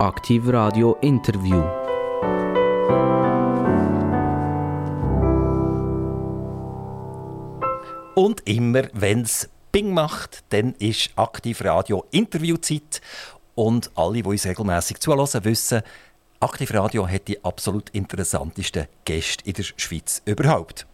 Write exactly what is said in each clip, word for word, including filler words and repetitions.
Aktiv Radio Interview. Und immer, wenn es Ping macht, dann ist Aktiv Radio Interviewzeit. Und alle, die uns regelmässig zuhören, wissen, Aktiv Radio hat die absolut interessantesten Gäste in der Schweiz überhaupt.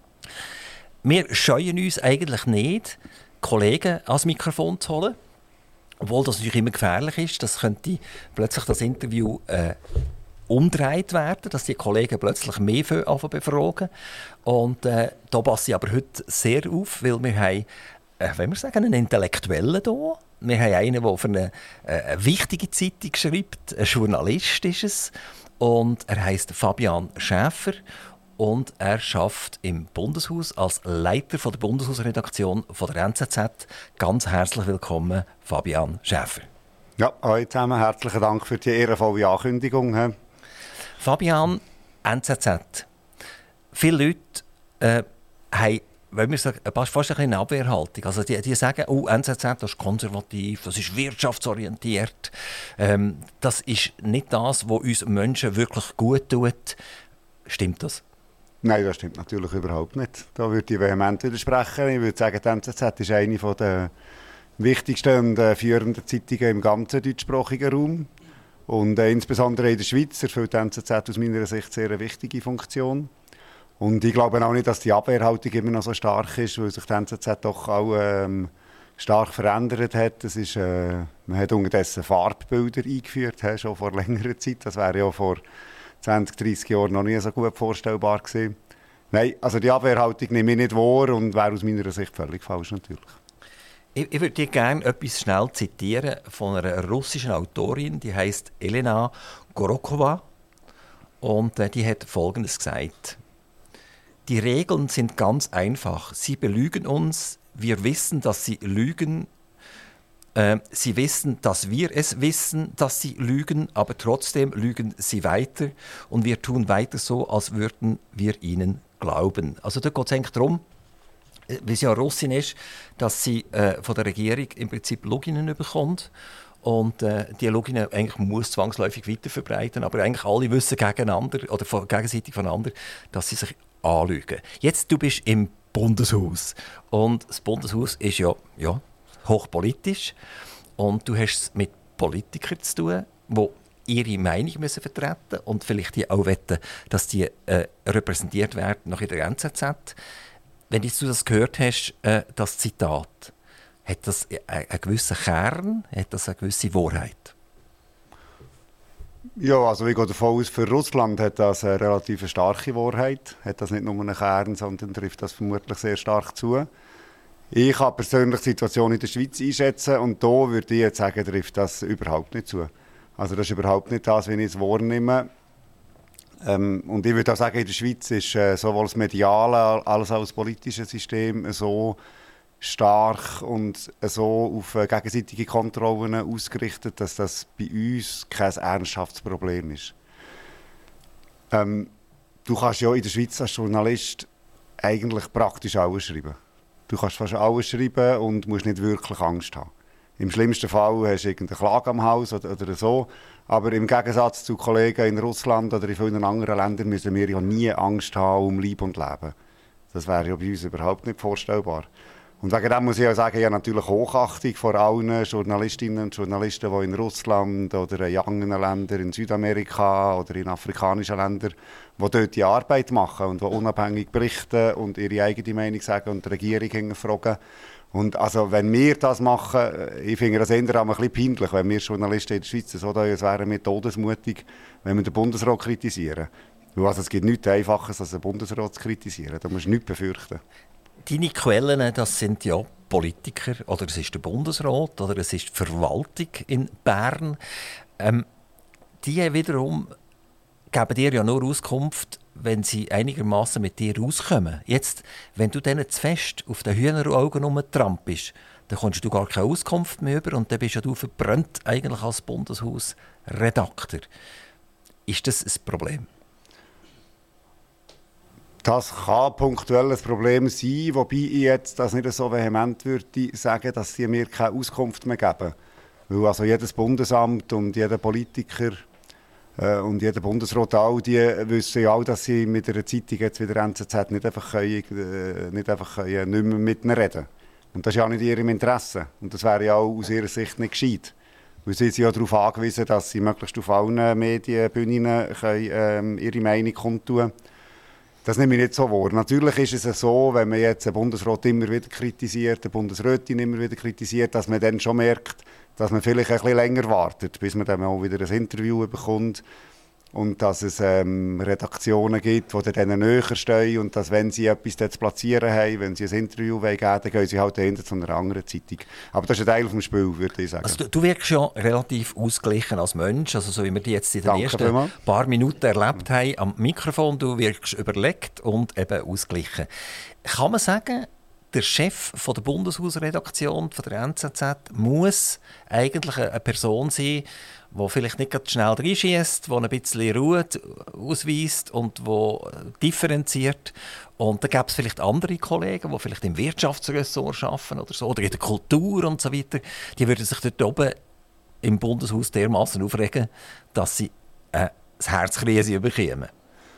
Wir scheuen uns eigentlich nicht, Kollegen ans Mikrofon zu holen. Obwohl das natürlich immer gefährlich ist. Das könnte plötzlich das Interview äh, umgedreht werden, dass die Kollegen plötzlich mehr befragen. Und äh, da passe ich aber heute sehr auf, weil wir haben, äh, wenn wir sagen, einen Intellektuellen hier. Wir haben einen, der für eine, äh, eine wichtige Zeitung schreibt. Ein Journalist ist es. Und er heisst Fabian Schäfer. Und er arbeitet im Bundeshaus als Leiter von der Bundeshausredaktion von der N Z Z. Ganz herzlich willkommen, Fabian Schäfer. Ja, hallo zusammen. Herzlichen Dank für die ehrenvolle Ankündigung. Fabian, N Z Z. Viele Leute äh, haben, wenn wir sagen, fast eine Abwehrhaltung. Also die, die sagen, oh, N Z Z das ist konservativ, das ist wirtschaftsorientiert. Ähm, das ist nicht das, was uns Menschen wirklich gut tut. Stimmt das? Nein, das stimmt natürlich überhaupt nicht. Da würde ich vehement widersprechen. Ich würde sagen, die N Z Z ist eine der wichtigsten und äh, führenden Zeitungen im ganzen deutschsprachigen Raum. Und äh, insbesondere in der Schweiz erfüllt die N Z Z aus meiner Sicht sehr eine wichtige Funktion. Und ich glaube auch nicht, dass die Abwehrhaltung immer noch so stark ist, weil sich die N Z Z doch auch ähm, stark verändert hat. Das ist, äh, man hat unterdessen Farbbilder eingeführt, he, schon vor längerer Zeit. Das wäre ja vor zwanzig, dreissig Jahren noch nie so gut vorstellbar gewesen. Nein, also die Abwehrhaltung nehme ich nicht wahr und wäre aus meiner Sicht völlig falsch natürlich. Ich, ich würde dir gerne etwas schnell zitieren von einer russischen Autorin, die heißt Elena Gorokova. Und äh, die hat Folgendes gesagt. Die Regeln sind ganz einfach. Sie belügen uns. Wir wissen, dass sie lügen. Äh, sie wissen, dass wir es wissen, dass sie lügen, aber trotzdem lügen sie weiter. Und wir tun weiter so, als würden wir ihnen glauben. Also da geht es eigentlich darum, wie sie ja Russin ist, dass sie äh, von der Regierung im Prinzip Loginen bekommt. Und äh, die Loginen eigentlich muss zwangsläufig weiterverbreiten. Aber eigentlich alle wissen gegeneinander oder von, gegenseitig voneinander, dass sie sich anlügen. Jetzt, du bist im Bundeshaus. Und das Bundeshaus ist ja, ja hochpolitisch. Und du hast es mit Politikern zu tun, die ihre Meinung müssen vertreten und vielleicht die auch wollen, dass die äh, repräsentiert werden nach in der N Z Z. Wenn du das gehört hast, äh, das Zitat, hat das einen gewissen Kern, hat das eine gewisse Wahrheit? Ja, also ich gehe davon aus, für Russland hat das eine relativ starke Wahrheit. Hat das nicht nur einen Kern, sondern trifft das vermutlich sehr stark zu. Ich kann persönlich die Situation in der Schweiz einschätzen und da würde ich jetzt sagen, trifft das überhaupt nicht zu. Also das ist überhaupt nicht das, wie ich es wahrnehme. Ähm, und ich würde auch sagen, in der Schweiz ist äh, sowohl das mediale als auch das politische System so stark und so auf äh, gegenseitige Kontrollen ausgerichtet, dass das bei uns kein ernsthaftes Problem ist. Ähm, du kannst ja in der Schweiz als Journalist eigentlich praktisch alles schreiben. Du kannst fast alles schreiben und musst nicht wirklich Angst haben. Im schlimmsten Fall hast du irgendeine Klage am Haus oder, oder so. Aber im Gegensatz zu Kollegen in Russland oder in vielen anderen Ländern müssen wir ja nie Angst haben um Leib und Leben. Das wäre ja bei uns überhaupt nicht vorstellbar. Und wegen dem muss ich auch sagen, ja natürlich Hochachtung vor allen Journalistinnen und Journalisten, die in Russland oder in anderen Ländern, in Südamerika oder in afrikanischen Ländern, die dort die Arbeit machen und die unabhängig berichten und ihre eigene Meinung sagen und die Regierung hinterfragen. Und also, wenn wir das machen, ich finde das eher ein bisschen peinlich, wenn wir Journalisten in der Schweiz so tun, als wären wir todesmutig, wenn wir den Bundesrat kritisieren. Also, es gibt nichts Einfaches, als den Bundesrat zu kritisieren. Da musst du nichts befürchten. Deine Quellen, das sind ja Politiker, oder es ist der Bundesrat, oder es ist die Verwaltung in Bern. Ähm, die wiederum geben dir ja nur Auskunft, wenn sie einigermaßen mit dir rauskommen. Jetzt, wenn du denen zu fest auf den Hühneraugen rumtrampelst, dann kommst du gar keine Auskunft mehr über und dann bist ja du verbrannt eigentlich als Bundeshausredakteur. Ist das ein Problem? Das kann punktuell ein Problem sein, wobei ich jetzt das nicht so vehement würde sagen, dass sie mir keine Auskunft mehr geben. Weil also jedes Bundesamt und jeder Politiker äh, und jeder Bundesrat, all die wissen ja auch, dass sie mit einer Zeitung jetzt wie der N Z Z nicht einfach, können, äh, nicht, einfach können, nicht mehr mit ihnen reden. Und das ist ja auch nicht in ihrem Interesse. Und das wäre ja auch aus ihrer Sicht nicht gescheit. Weil sie sind ja darauf angewiesen, dass sie möglichst auf allen Medienbühnen können, ähm, ihre Meinung kundtun können. Das nehme ich nicht so wahr. Natürlich ist es so, wenn man jetzt den Bundesrat immer wieder kritisiert, den Bundesrätin immer wieder kritisiert, dass man dann schon merkt, dass man vielleicht ein bisschen länger wartet, bis man dann auch wieder ein Interview bekommt. Und dass es ähm, Redaktionen gibt, die denen näher stehen und dass, wenn sie etwas zu platzieren haben, wenn sie ein Interview geben wollen, dann gehen sie halt dahinter zu einer anderen Zeitung. Aber das ist ein Teil vom Spiel, würde ich sagen. Also du, du wirkst ja relativ ausgeglichen als Mensch, also so wie wir die jetzt in den Danke ersten vielmals. paar Minuten erlebt haben am Mikrofon. Du wirkst überlegt und eben ausgeglichen. Kann man sagen, der Chef von der Bundeshausredaktion von der N Z Z muss eigentlich eine Person sein, die vielleicht nicht ganz schnell reinschießt, die ein bisschen Ruhe ausweist und die differenziert. Und dann gäbe es vielleicht andere Kollegen, die vielleicht im Wirtschaftsressort arbeiten oder so, oder in der Kultur und so weiter. Die würden sich dort oben im Bundeshaus dermassen aufregen, dass sie äh, das Herzkrise bekommen.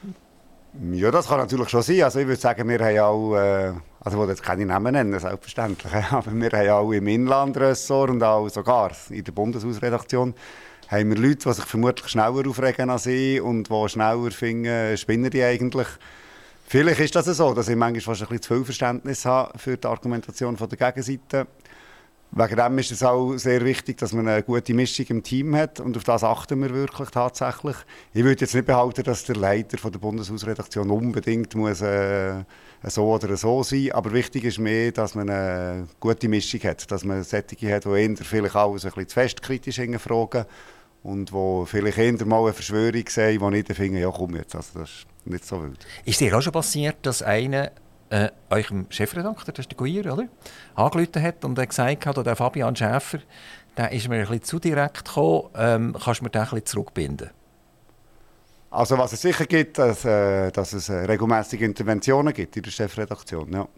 Ja, das kann natürlich schon sein. Also ich würde sagen, wir haben auch, äh, also ich will jetzt keine Namen nennen, selbstverständlich, aber wir haben auch im Inlandressort und auch sogar in der Bundeshausredaktion haben wir Leute, die sich vermutlich schneller aufregen als ich und die schneller finden, spinnen die eigentlich. Vielleicht ist das so, dass ich manchmal fast ein bisschen zu viel Verständnis habe für die Argumentation von der Gegenseite. Wegen dem ist es auch sehr wichtig, dass man eine gute Mischung im Team hat und auf das achten wir wirklich tatsächlich. Ich würde jetzt nicht behaupten, dass der Leiter von der Bundeshausredaktion unbedingt muss, äh, so oder so sein, aber wichtig ist mehr, dass man eine gute Mischung hat, dass man solche hat, die eher vielleicht alles ein bisschen zu fest kritisch hinterfragen und wo vielleicht eher mal eine Verschwörung sehen, wo nicht finden, ja komm jetzt, also das ist nicht so wild. Ist dir auch schon passiert, dass einer äh, eurem Chefredakteur, das ist der Guier, oder, angerufen hat und er gesagt hat, der Fabian Schäfer, der ist mir ein bisschen zu direkt gekommen, ähm, kannst du mir den ein bisschen zurückbinden? Also was es sicher gibt, dass, äh, dass es äh, regelmäßige Interventionen gibt in der Chefredaktion. Ja.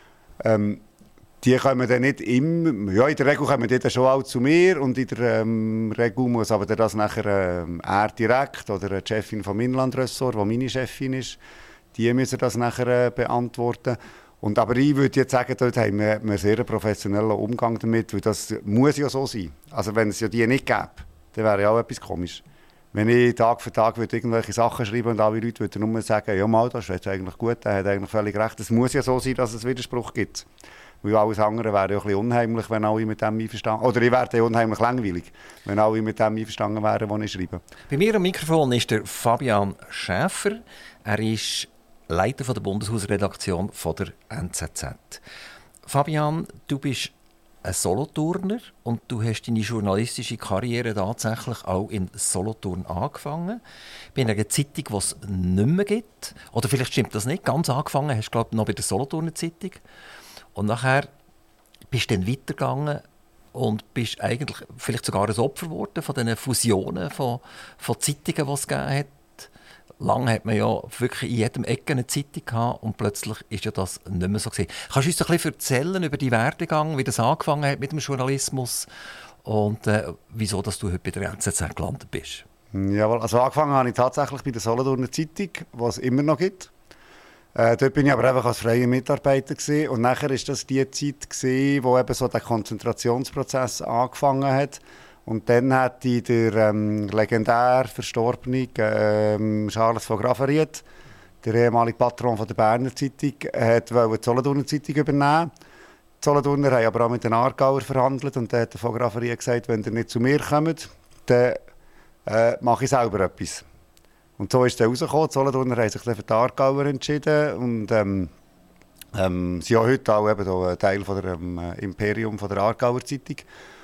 Ähm, die kommen dann nicht immer, ja in der Regel kommen die dann schon auch zu mir und in der ähm, Regel muss aber dann das nachher äh, er direkt oder die Chefin vom Inlandressort, die meine Chefin ist, die müssen das nachher äh, beantworten. Und, aber ich würde jetzt sagen, dort haben wir, wir einen sehr professionellen Umgang damit, weil das muss ja so sein. Also wenn es ja die nicht gäbe, dann wäre ja auch etwas komisch. Wenn ich Tag für Tag würde irgendwelche Sachen schreiben und alle Leute würden nur sagen, ja mal, das ist jetzt eigentlich gut, der hat eigentlich völlig recht. Es muss ja so sein, dass es Widerspruch gibt. Weil alles andere wäre ja ein bisschen unheimlich, wenn alle mit dem einverstanden Oder ich wäre ja unheimlich langweilig, wenn alle mit dem einverstanden wären, was ich schreibe. Bei mir am Mikrofon ist der Fabian Schäfer. Er ist Leiter der Bundeshausredaktion von der N Z Z. Fabian, du bist ein Solothurner und du hast deine journalistische Karriere tatsächlich auch in Solothurn angefangen. Bei einer Zeitung, die es nicht mehr gibt. Oder vielleicht stimmt das nicht. Ganz angefangen hast du, glaube ich, noch bei der Solothurner Zeitung. Und nachher bist du dann weitergegangen und bist eigentlich vielleicht sogar ein Opfer geworden von diesen Fusionen von, von Zeitungen, die es gegeben hat. Lange hat man ja wirklich in jedem Ecke eine Zeitung gehabt und plötzlich ist ja das nicht mehr so gewesen. Kannst du uns ein bisschen erzählen über deinen Werdegang, wie das angefangen hat mit dem Journalismus und äh, wieso dass du heute bei der N Z Z gelandet bist? Jawohl, also angefangen habe ich tatsächlich bei der Solothurner Zeitung, die es immer noch gibt. Äh, dort bin ich aber einfach als freier Mitarbeiter gewesen. Und nachher war das die Zeit gewesen, wo eben so der Konzentrationsprozess angefangen hat. Und dann hat der ähm, legendär verstorbene ähm, Charles von Graveriet, der ehemalige Patron von der Berner Zeitung, hat die Solothurner Zeitung übernehmen. Die Solothurner haben aber auch mit den Aargauer verhandelt und dann hat der von Graveriet gesagt, wenn ihr nicht zu mir kommt, dann äh, mache ich selber etwas. Und so ist es dann rausgekommen. Die Solothurner haben sich dann für die Aargauer entschieden und ähm, ähm, sind ja heute auch eben ein Teil von der ähm, Imperium von der Aargauer Zeitung.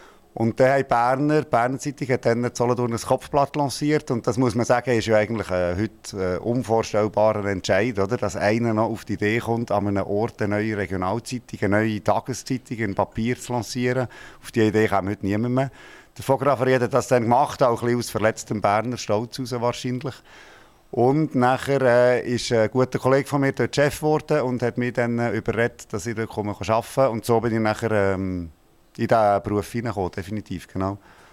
Und dann hat Berner, die Berner Zeitung hat dann die Solothurner das Kopfblatt lanciert und das muss man sagen, ist ja eigentlich äh, heute äh, unvorstellbarer Entscheid, oder? Dass einer noch auf die Idee kommt, an einem Ort eine neue Regionalzeitung, eine neue Tageszeitung in Papier zu lancieren. Auf die Idee kam heute niemand mehr. Der von Graveriet hat das dann gemacht, auch ein bisschen aus verletztem Berner Stolz heraus wahrscheinlich. Und nachher äh, ist ein guter Kollege von mir dort Chef geworden und hat mich dann äh, überredet, dass ich dort komme, arbeiten kann. Und so bin ich nachher ähm, in diesen Beruf hineingekommen, definitiv, genau.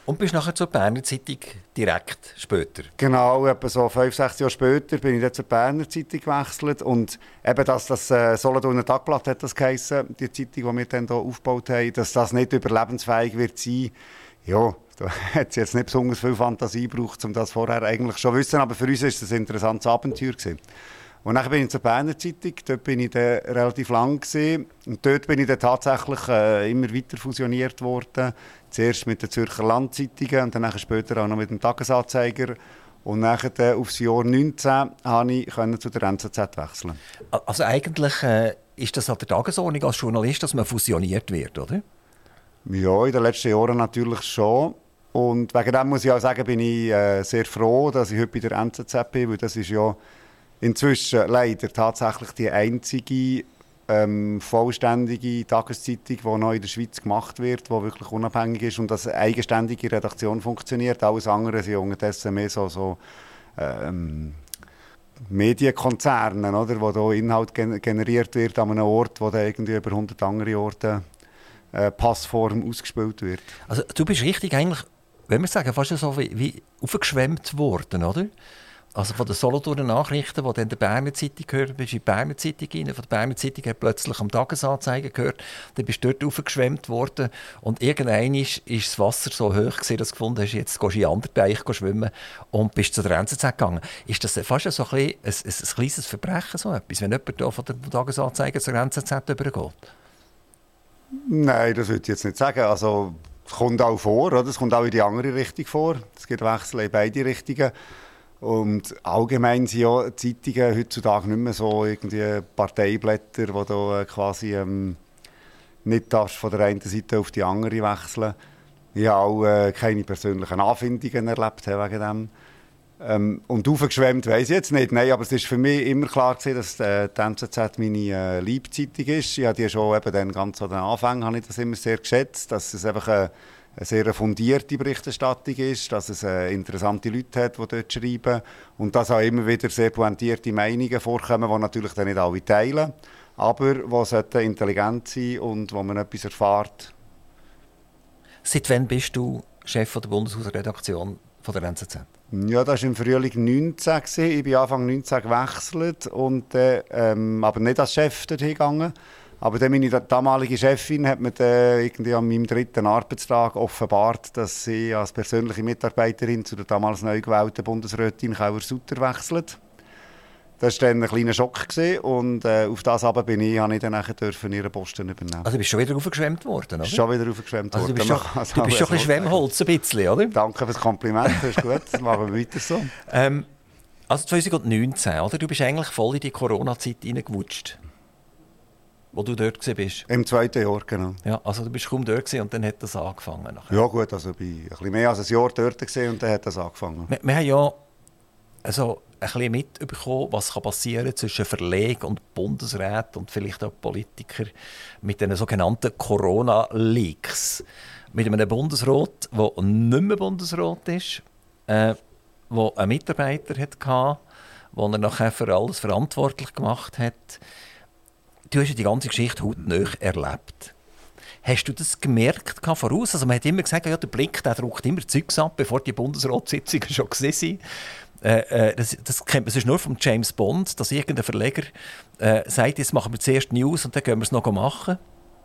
Und bist nachher zur Berner Zeitung direkt später? Genau, etwa so fünf, sechs Jahre später bin ich dann zur Berner Zeitung gewechselt. Und eben, dass das äh, Solothurner Tagblatt hat das geheissen, die Zeitung, die wir dann hier aufgebaut haben, dass das nicht überlebensfähig wird sein, ja, da hat es jetzt nicht besonders viel Fantasie gebraucht, um das vorher eigentlich schon zu wissen. Aber für uns war es ein interessantes Abenteuer gewesen. Und dann bin ich zur Berner Zeitung, dort bin ich dann relativ lang gewesen. Und dort bin ich dann tatsächlich äh, immer weiter fusioniert worden. Zuerst mit den Zürcher Landzeitungen und dann später auch noch mit dem Tagesanzeiger. Und dann äh, aufs Jahr neunzehn konnte ich zu der N Z Z wechseln. Also eigentlich äh, ist das an der Tagesordnung als Journalist, dass man fusioniert wird, oder? Ja, in den letzten Jahren natürlich schon. Und wegen dem muss ich auch sagen, bin ich äh, sehr froh, dass ich heute bei der N Z Z bin, weil das ist ja inzwischen leider tatsächlich die einzige ähm, vollständige Tageszeitung, die noch in der Schweiz gemacht wird, die wirklich unabhängig ist und dass eine eigenständige Redaktion funktioniert. Alles andere sind unterdessen mehr so, so ähm, Medienkonzerne, oder, wo da Inhalt gen- generiert wird an einem Ort, wo dann irgendwie über hundert andere Orte äh, Passform ausgespielt wird. Also du bist richtig eigentlich, wenn wir sagen, fast so wie, wie aufgeschwemmt worden, oder? Also von den Solothurner Nachrichten, die dann der Berner Zeitung gehört, bist du in die Berner Zeitung rein. Von der Berner Zeitung hat plötzlich am Tagesanzeiger gehört. Dann bist du dort aufgeschwemmt worden. Und irgendwann ist, ist das Wasser so hoch gewesen, dass du gefunden hast, jetzt gehst du in einen anderen Teich schwimmen und bist zu der N Z Z gegangen. Ist das fast so ein, ein, ein, ein kleines Verbrechen, so etwas, wenn jemand da von der Tagesanzeiger zur N Z Z übergeht? Nein, das würde ich jetzt nicht sagen. Also, es kommt auch vor, oder? Es kommt auch in die andere Richtung vor. Es gibt Wechsel in beide Richtungen. Und allgemein sind ja Zeitungen heutzutage nicht mehr so irgendwie Parteiblätter, die da quasi ähm, nicht von der einen Seite auf die andere wechseln. Ich habe auch äh, keine persönlichen Anfindungen erlebt wegen dem. Ähm, und aufgeschwemmt weiss ich jetzt nicht. Nein, aber es war für mich immer klar gewesen, dass äh, die N Z Z meine äh, Liebzeitung ist. Ich habe die schon eben dann ganz an den Anfang habe ich das immer sehr geschätzt, dass es einfach eine eine sehr fundierte Berichterstattung ist, dass es äh, interessante Leute hat, die dort schreiben und dass auch immer wieder sehr pointierte Meinungen vorkommen, die natürlich dann nicht alle teilen, aber die intelligent sein und wo man etwas erfährt. Seit wann bist du Chef der Bundeshausredaktion von der N Z Z? Ja, das war im Frühling neunzehn. Ich bin Anfang neunzehn gewechselt, und, äh, ähm, aber nicht als Chef dorthin gegangen. Aber dann meine damalige Chefin hat mir dann irgendwie an meinem dritten Arbeitstag offenbart, dass sie als persönliche Mitarbeiterin zu der damals neu gewählten Bundesrätin Kauer-Sutter wechselt. Das war dann ein kleiner Schock gewesen, und äh, auf das aber bin ich, habe ich dann dürfen ihren Posten übernehmen. Also du bist schon wieder aufgeschwemmt worden, oder? Schon wieder aufgeschwemmt also, worden. Du bist schon, also, du bist schon ein bisschen Schwemmholz, ein bisschen, oder? Danke für das Kompliment, das ist gut, das machen wir weiter so. Ähm, also zwanzig neunzehn, oder? Du bist eigentlich voll in die Corona-Zeit reingewutscht, wo du dort warst. Im zweiten Jahr, genau. Ja, also du bist kaum dort und dann hat das angefangen. Nachher. Ja gut, also ich war ein bisschen mehr als ein Jahr dort und dann hat das angefangen. Wir, wir haben ja also ein bisschen mitbekommen, was passieren kann zwischen Verleg und Bundesrat und vielleicht auch Politiker mit den sogenannten Corona-Leaks. Mit einem Bundesrat, der nicht mehr Bundesrat ist, äh, der einen Mitarbeiter hatte, den er nachher für alles verantwortlich gemacht hat. Du hast ja die ganze Geschichte hautnah erlebt. Hast du das gemerkt voraus? Also man hat immer gesagt, ja, der Blick der druckt immer Zeugs ab, bevor die Bundesratssitzungen schon waren. Äh, äh, das, das kennt man sonst nur von James Bond, dass irgendein Verleger äh, sagt, jetzt machen wir zuerst News und dann können wir es noch machen.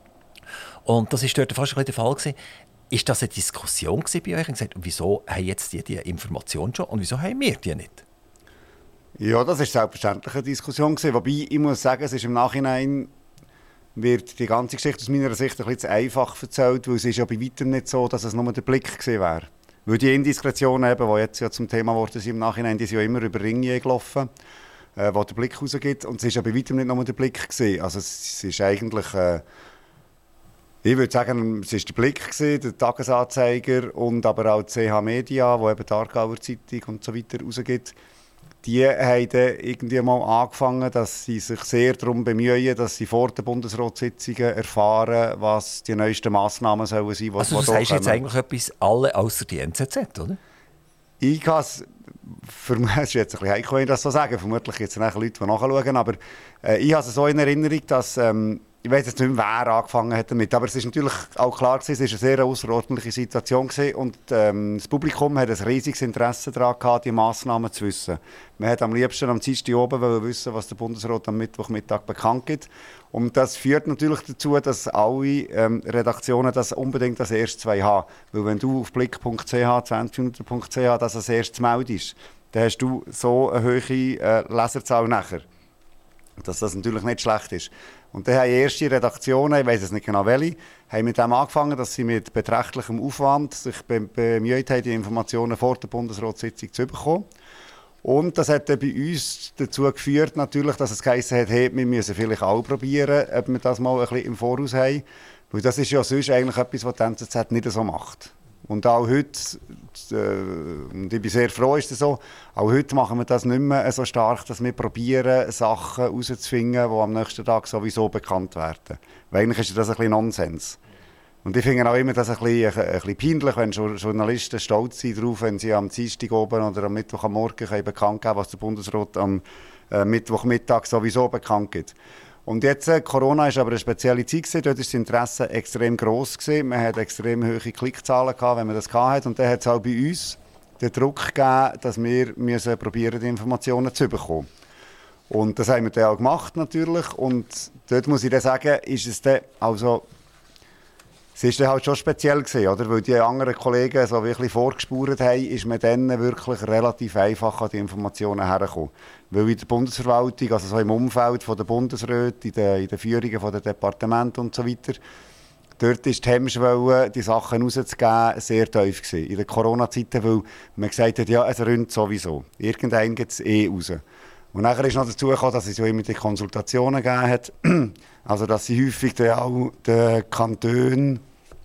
Und das war dort fast ein bisschen der Fall gewesen. Ist das eine Diskussion bei euch? Und gesagt, wieso haben jetzt die, die Information schon und wieso haben wir die nicht? Ja, das war selbstverständlich eine Diskussion gewesen. Wobei, ich muss sagen, es ist im Nachhinein wird die ganze Geschichte aus meiner Sicht ein bisschen zu einfach erzählt, weil es ist ja bei weitem nicht so, dass es nur der Blick gewesen wäre. Weil die Indiskretionen, eben, die jetzt ja zum Thema geworden sind im Nachhinein, die sind ja immer über Ringe gelaufen, äh, wo der Blick rausgeht. Und es ist ja bei weitem nicht nur der Blick gewesen. Also es ist eigentlich, äh, ich würde sagen, es war der Blick gewesen, der Tagesanzeiger und aber auch die C H Media, wo eben die Aargauer Zeitung und so weiter rausgeht. Die haben dann irgendwie mal angefangen, dass sie sich sehr darum bemühen, dass sie vor den Bundesratssitzungen erfahren, was die neuesten Massnahmen sollen sein. Also du sagst jetzt eigentlich etwas alle außer die N Z Z, oder? Ich kann es, für mich ist jetzt ein bisschen heikel, wenn ich das so sage, vermutlich gibt es Leute, die nachschauen, aber äh, ich habe es so in Erinnerung, dass ähm, ich weiß jetzt nicht mehr, wer angefangen hat damit, aber es ist natürlich auch klar gewesen, es war eine sehr außerordentliche Situation gewesen und ähm, das Publikum hat ein riesiges Interesse daran gehabt, die Massnahmen zu wissen. Man hat am liebsten am Dienstag oben wollen wissen, was der Bundesrat am Mittwochmittag bekannt gibt. Und das führt natürlich dazu, dass alle ähm, Redaktionen das unbedingt als erstes haben. Weil wenn du auf blick punkt c h, zwanzig minuten punkt c h das als erstes meldest, dann hast du so eine hohe äh, Leserzahl nachher, dass das natürlich nicht schlecht ist. Und dann haben erste Redaktionen, ich weiss es nicht genau welche, haben mit dem angefangen, dass sie mit beträchtlichem Aufwand sich bemüht haben, die Informationen vor der Bundesratssitzung zu bekommen. Und das hat dann bei uns dazu geführt, natürlich, dass es geheißen hat, hey, wir müssen vielleicht auch probieren, ob wir das mal ein bisschen im Voraus haben. Weil das ist ja sonst eigentlich etwas, was die N Z Z nicht so macht. Und auch heute, äh, und ich bin sehr froh, ist das so, auch heute machen wir das nicht mehr so stark, dass wir probieren, Sachen herauszufinden, die am nächsten Tag sowieso bekannt werden. Weil eigentlich ist das ein bisschen Nonsens. Und ich finde auch immer das ein bisschen, ein, ein bisschen peinlich, wenn Journalisten stolz sind darauf, wenn sie am Dienstag oben oder am Mittwoch am Morgen bekannt geben, was der Bundesrat am äh, Mittwochmittag sowieso bekannt gibt. Und jetzt, äh, Corona war aber eine spezielle Zeit gewesen, dort war das Interesse extrem gross gewesen. Man hatte extrem hohe Klickzahlen gehabt, wenn man das hatte. Und dann hat es auch bei uns den Druck gegeben, dass wir müssen probieren, die Informationen zu bekommen. Und das haben wir dann auch gemacht, natürlich. Und dort muss ich dann sagen, ist es dann, also, es war dann halt schon speziell gewesen, oder? Weil die anderen Kollegen so wirklich vorgespurt haben, ist man dann wirklich relativ einfach an die Informationen hergekommen. Weil in der Bundesverwaltung, also so im Umfeld der Bundesräte, in den, in den Führungen der Departemente und so weiter, dort ist die Hemmschwelle, die Sachen rauszugeben, sehr tief gewesen. In den Corona-Zeiten, weil man gesagt hat, ja, es rinnt sowieso. Irgendwann geht es eh raus. Und nachher ist noch dazu gekommen, dass es ja immer die Konsultationen gegeben hat. Also, dass sie häufig dann auch den Kantonen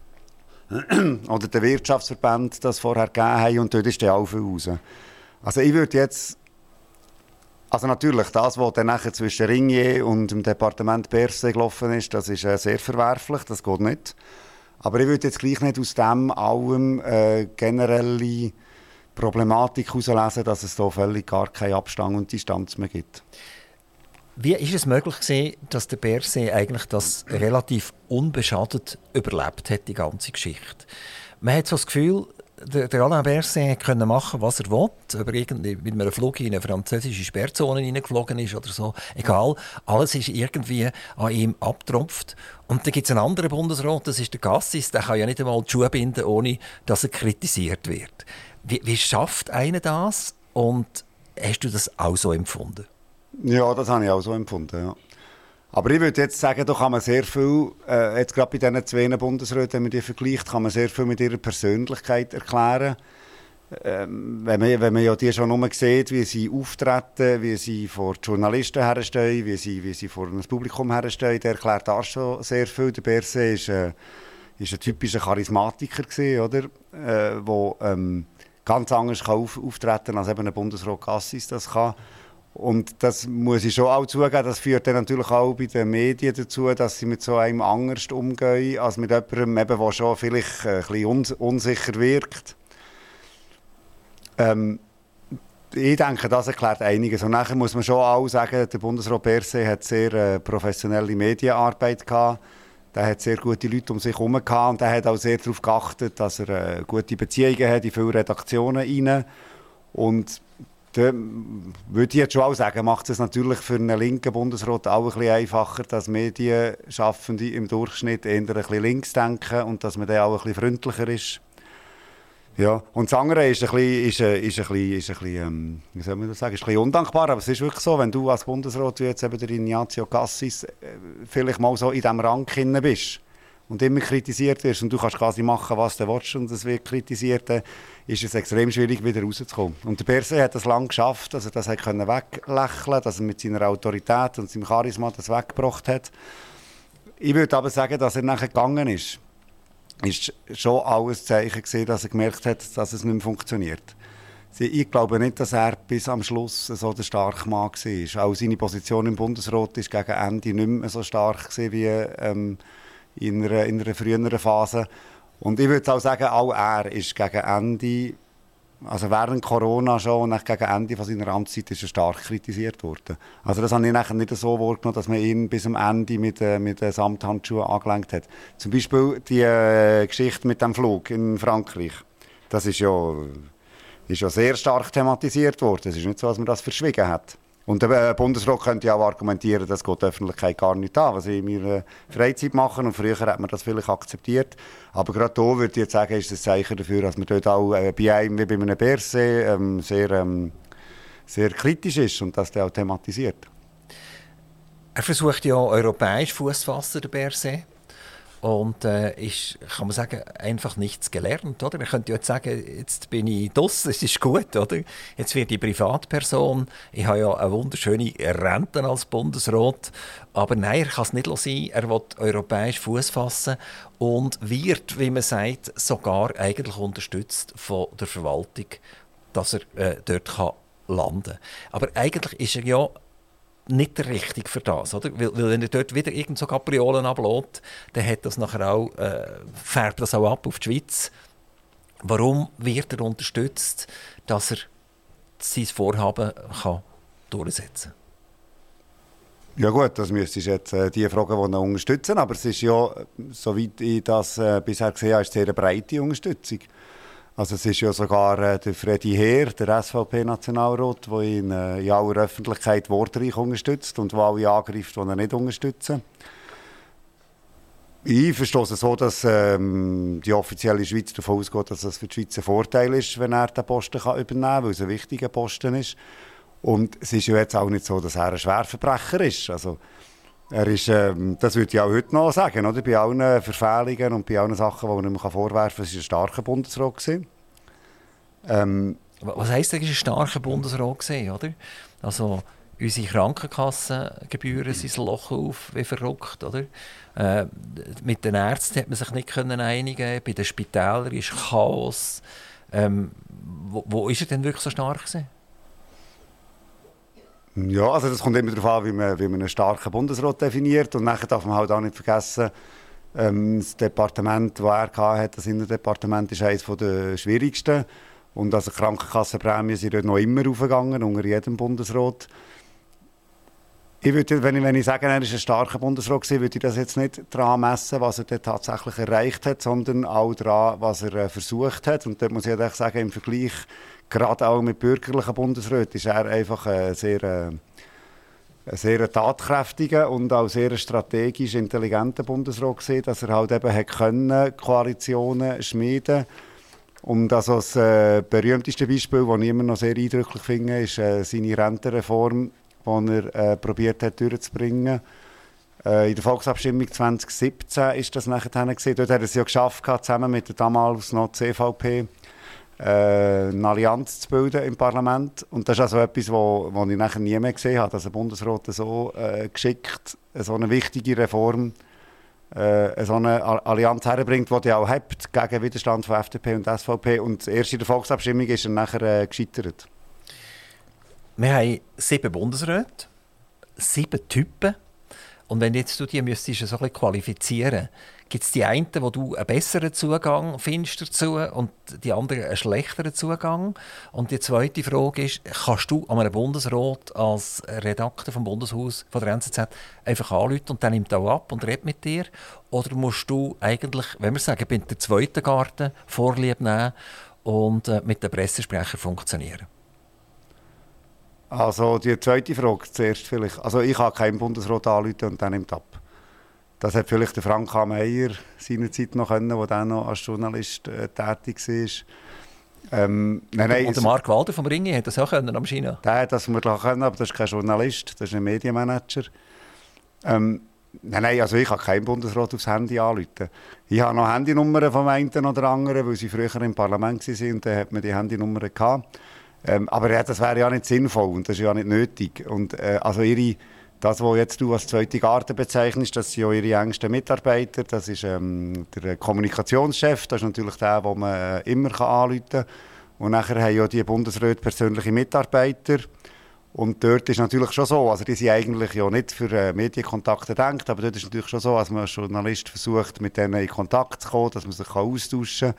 oder den Wirtschaftsverbänden das vorher gegeben haben und dort ist dann auch viel raus. Also ich würde jetzt, also natürlich, das, was dann nachher zwischen Ringier und dem Departement Berset gelaufen ist, das ist äh, sehr verwerflich, das geht nicht. Aber ich würde jetzt gleich nicht aus dem allem äh, generelle Problematik herauslesen, dass es da völlig gar keinen Abstand und Distanz mehr gibt. Wie ist es möglich gewesen, dass der Berset eigentlich das relativ unbeschadet überlebt hat, die ganze Geschichte? Man hat so das Gefühl, der, der Alain Berset konnte machen, was er will, ob er irgendwie mit einem Flug in eine französische Sperrzone hineingeflogen ist oder so. Egal, alles ist irgendwie an ihm abgetropft. Und dann gibt es einen anderen Bundesrat, das ist der Gassis, der kann ja nicht einmal die Schuhe binden, ohne dass er kritisiert wird. Wie, wie schafft einer das? Und hast du das auch so empfunden? Ja, das habe ich auch so empfunden, ja. Aber ich würde jetzt sagen, da kann man sehr viel, äh, jetzt gerade bei diesen zwei Bundesräten, wenn man die vergleicht, kann man sehr viel mit ihrer Persönlichkeit erklären. Ähm, wenn, man, wenn man ja die schon nur sieht, wie sie auftreten, wie sie vor die Journalisten herstehen, wie sie, wie sie vor das Publikum herstehen, der erklärt auch schon sehr viel. Der Berset ist, äh, ist ein typischer Charismatiker gewesen, oder? Äh, wo ähm, ganz anders kann auf, auftreten als eben ein Bundesrat Gassis das kann. Und das muss ich schon auch zugeben, das führt dann natürlich auch bei den Medien dazu, dass sie mit so einem anders umgehen, als mit jemandem, eben, der schon vielleicht ein bisschen uns- unsicher wirkt. Ähm, ich denke, das erklärt einiges. Und nachher muss man schon auch sagen, der Bundesrat Berset hat sehr äh, professionelle Medienarbeit gehabt. Der hat sehr gute Leute um sich herum gehabt und er hat auch sehr darauf geachtet, dass er äh, gute Beziehungen hat in viele Redaktionen rein. Und da würde ich jetzt schon auch sagen, macht es natürlich für einen linken Bundesrat auch ein bisschen einfacher, dass Medienschaffende im Durchschnitt eher ein bisschen links denken und dass man dann auch ein bisschen freundlicher ist. Ja. Und das andere ist ein bisschen, ist, ist ein bisschen, ist ein bisschen ähm, wie soll man das sagen, ist ein bisschen undankbar, aber es ist wirklich so, wenn du als Bundesrat, wie jetzt eben der Ignazio Cassis, äh, vielleicht mal so in diesem Rang drin bist und immer kritisiert wirst und du kannst quasi machen, was du willst und es wird kritisiert, dann ist es extrem schwierig, wieder rauszukommen. Und der Berset hat das lange geschafft, dass er das weglächeln konnte, dass er mit seiner Autorität und seinem Charisma das weggebracht hat. Ich würde aber sagen, dass er nachher gegangen ist. Ist schon auch ein Zeichen gewesen, dass er gemerkt hat, dass es nicht mehr funktioniert. Ich glaube nicht, dass er bis am Schluss so der starke Mann war. Auch seine Position im Bundesrat war gegen Ende nicht mehr so stark wie ähm, in, einer, in einer früheren Phase. Und ich würde auch sagen, auch er ist gegen Ende Also während Corona schon und dann gegen Ende von seiner Amtszeit ist er stark kritisiert worden. Also das habe ich nachher nicht so wahrgenommen, dass man ihn bis am Ende mit, äh, mit äh, Samthandschuhen angelenkt hat. Zum Beispiel die äh, Geschichte mit dem Flug in Frankreich. Das ist ja, ist ja sehr stark thematisiert worden. Es ist nicht so, dass man das verschwiegen hat. Und der Bundesrat könnte ja auch argumentieren, das geht die Öffentlichkeit gar nicht an, was ich in meiner Freizeit mache. Und früher hat man das vielleicht akzeptiert. Aber gerade hier würde ich jetzt sagen, ist das ein Zeichen dafür, dass man dort auch äh, bei einem wie bei einem Berset ähm, sehr, ähm, sehr kritisch ist und das dann auch thematisiert. Er versucht ja europäisch Fuß zu fassen, der Berset. Und äh, ist, kann man sagen, einfach nichts gelernt, oder? Man könnte ja jetzt sagen, jetzt bin ich draussen, es ist gut, oder? Jetzt werde ich Privatperson, ich habe ja eine wunderschöne Rente als Bundesrat, aber nein, er kann es nicht sein, er will europäisch Fuß fassen und wird, wie man sagt, sogar eigentlich unterstützt von der Verwaltung, dass er äh, dort kann landen kann. Aber eigentlich ist er ja nicht der Richtige für das, oder? Weil, weil wenn er dort wieder irgend so Kapriolen ablässt, dann hat das nachher auch, äh, färbt das auch ab auf die Schweiz. Warum wird er unterstützt, dass er sein Vorhaben kann durchsetzen kann? Ja gut, das müsstest du jetzt äh, die fragen, die ihn unterstützen. Aber es ist ja, soweit ich das äh, bisher gesehen habe, ist sehr eine breite Unterstützung. Also es ist ja sogar äh, der Freddy Heer, der S V P-Nationalrat, der ihn äh, in aller Öffentlichkeit wortreich unterstützt und der alle angreift, die er nicht unterstützen. Ich verstehe es so, dass ähm, die offizielle Schweiz davon ausgeht, dass das für die Schweiz ein Vorteil ist, wenn er den Posten kann übernehmen kann, weil es ein wichtiger Posten ist. Und es ist ja jetzt auch nicht so, dass er ein Schwerverbrecher ist. Also, er ist, ähm, das würde ich auch heute noch sagen, oder? Bei allen Verfehlungen und bei allen Sachen, die man nicht mehr vorwerfen kann, war er ein starker Bundesrat. Ähm, Was heisst eigentlich ein starker Bundesrat gewesen, oder? Also unsere Krankenkassengebühren sind ein Loch auf, wie verrückt, oder? Äh, mit den Ärzten hat man sich nicht können einigen, bei den Spitälern ist Chaos. Ähm, wo, wo ist er denn wirklich so stark gewesen? Ja, also das kommt immer darauf an, wie man, wie man einen starken Bundesrat definiert. Und nachher darf man halt auch nicht vergessen, ähm, das Departement, das er hatte, das Innendepartement, ist eines der schwierigsten. Und also die Krankenkassenprämien sind dort noch immer aufgegangen, unter jedem Bundesrat. Ich würde, wenn, ich, wenn ich sage, er ist ein starker Bundesrat gewesen, würde ich das jetzt nicht daran messen, was er tatsächlich erreicht hat, sondern auch daran, was er äh, versucht hat. Und dort muss ich auch sagen, im Vergleich gerade auch mit bürgerlichen Bundesräten ist er einfach ein sehr, äh, ein sehr tatkräftiger und auch sehr strategisch intelligenter Bundesrat gewesen, dass er halt eben hat können, Koalitionen schmieden. Und also das äh, berühmteste Beispiel, das ich immer noch sehr eindrücklich finde, ist äh, seine Rentenreform, die er äh, probiert hat durchzubringen. Äh, in der Volksabstimmung zwanzig siebzehn ist das nachher gesehen. Dort hat er es ja geschafft, zusammen mit der damals noch C V P äh, eine Allianz zu bilden im Parlament. Und das ist also etwas, wo, wo ich nachher nie mehr gesehen habe, dass ein Bundesrat so äh, geschickt so eine wichtige Reform äh, so eine Allianz herbringt, die er auch hat, gegen Widerstand von F D P und S V P. Und erst in der Volksabstimmung ist er nachher äh, gescheitert. Wir haben sieben Bundesräte, sieben Typen. Und wenn jetzt du die müsstest so ein bisschen qualifizieren, gibt es die einen, wo du einen besseren Zugang findest dazu und die anderen einen schlechteren Zugang? Und die zweite Frage ist, kannst du an einem Bundesrat als Redakteur vom Bundeshaus von der N Z Z einfach anrufen und der nimmt auch ab und redet mit dir? Oder musst du eigentlich, wenn wir sagen, bei der zweiten Garten Vorlieb nehmen und äh, mit den Pressesprechern funktionieren? Also die zweite Frage zuerst vielleicht. Also ich kann keinen Bundesrat anrufen und der nimmt ab. Das hat vielleicht der Frank H. Meyer seinerzeit noch können, der dann noch als Journalist äh, tätig war. Ähm, nein, nein, und der Mark Walder vom Ringi hat das auch können am China? Der hat das vermutlich auch können, aber das ist kein Journalist, das ist ein Medienmanager. Ähm, nein, nein, also ich kann keinen Bundesrat aufs Handy anrufen. Ich habe noch Handynummern vom einen oder anderen, weil sie früher im Parlament waren und dann hat man die Handynummern gehabt. Ähm, aber ja, das wäre ja nicht sinnvoll und das ist ja nicht nötig. Und, äh, also ihre, das, was jetzt du als zweite Garde bezeichnest, das sind ja ihre engsten Mitarbeiter. Das ist ähm, der Kommunikationschef, das ist natürlich der, den man äh, immer anrufen kann. Und nachher haben ja die Bundesräte persönliche Mitarbeiter. Und dort ist natürlich schon so, also die sind eigentlich ja nicht für äh, Medienkontakte gedacht, aber dort ist natürlich schon so, dass man als Journalist versucht, mit denen in Kontakt zu kommen, dass man sich austauschen kann.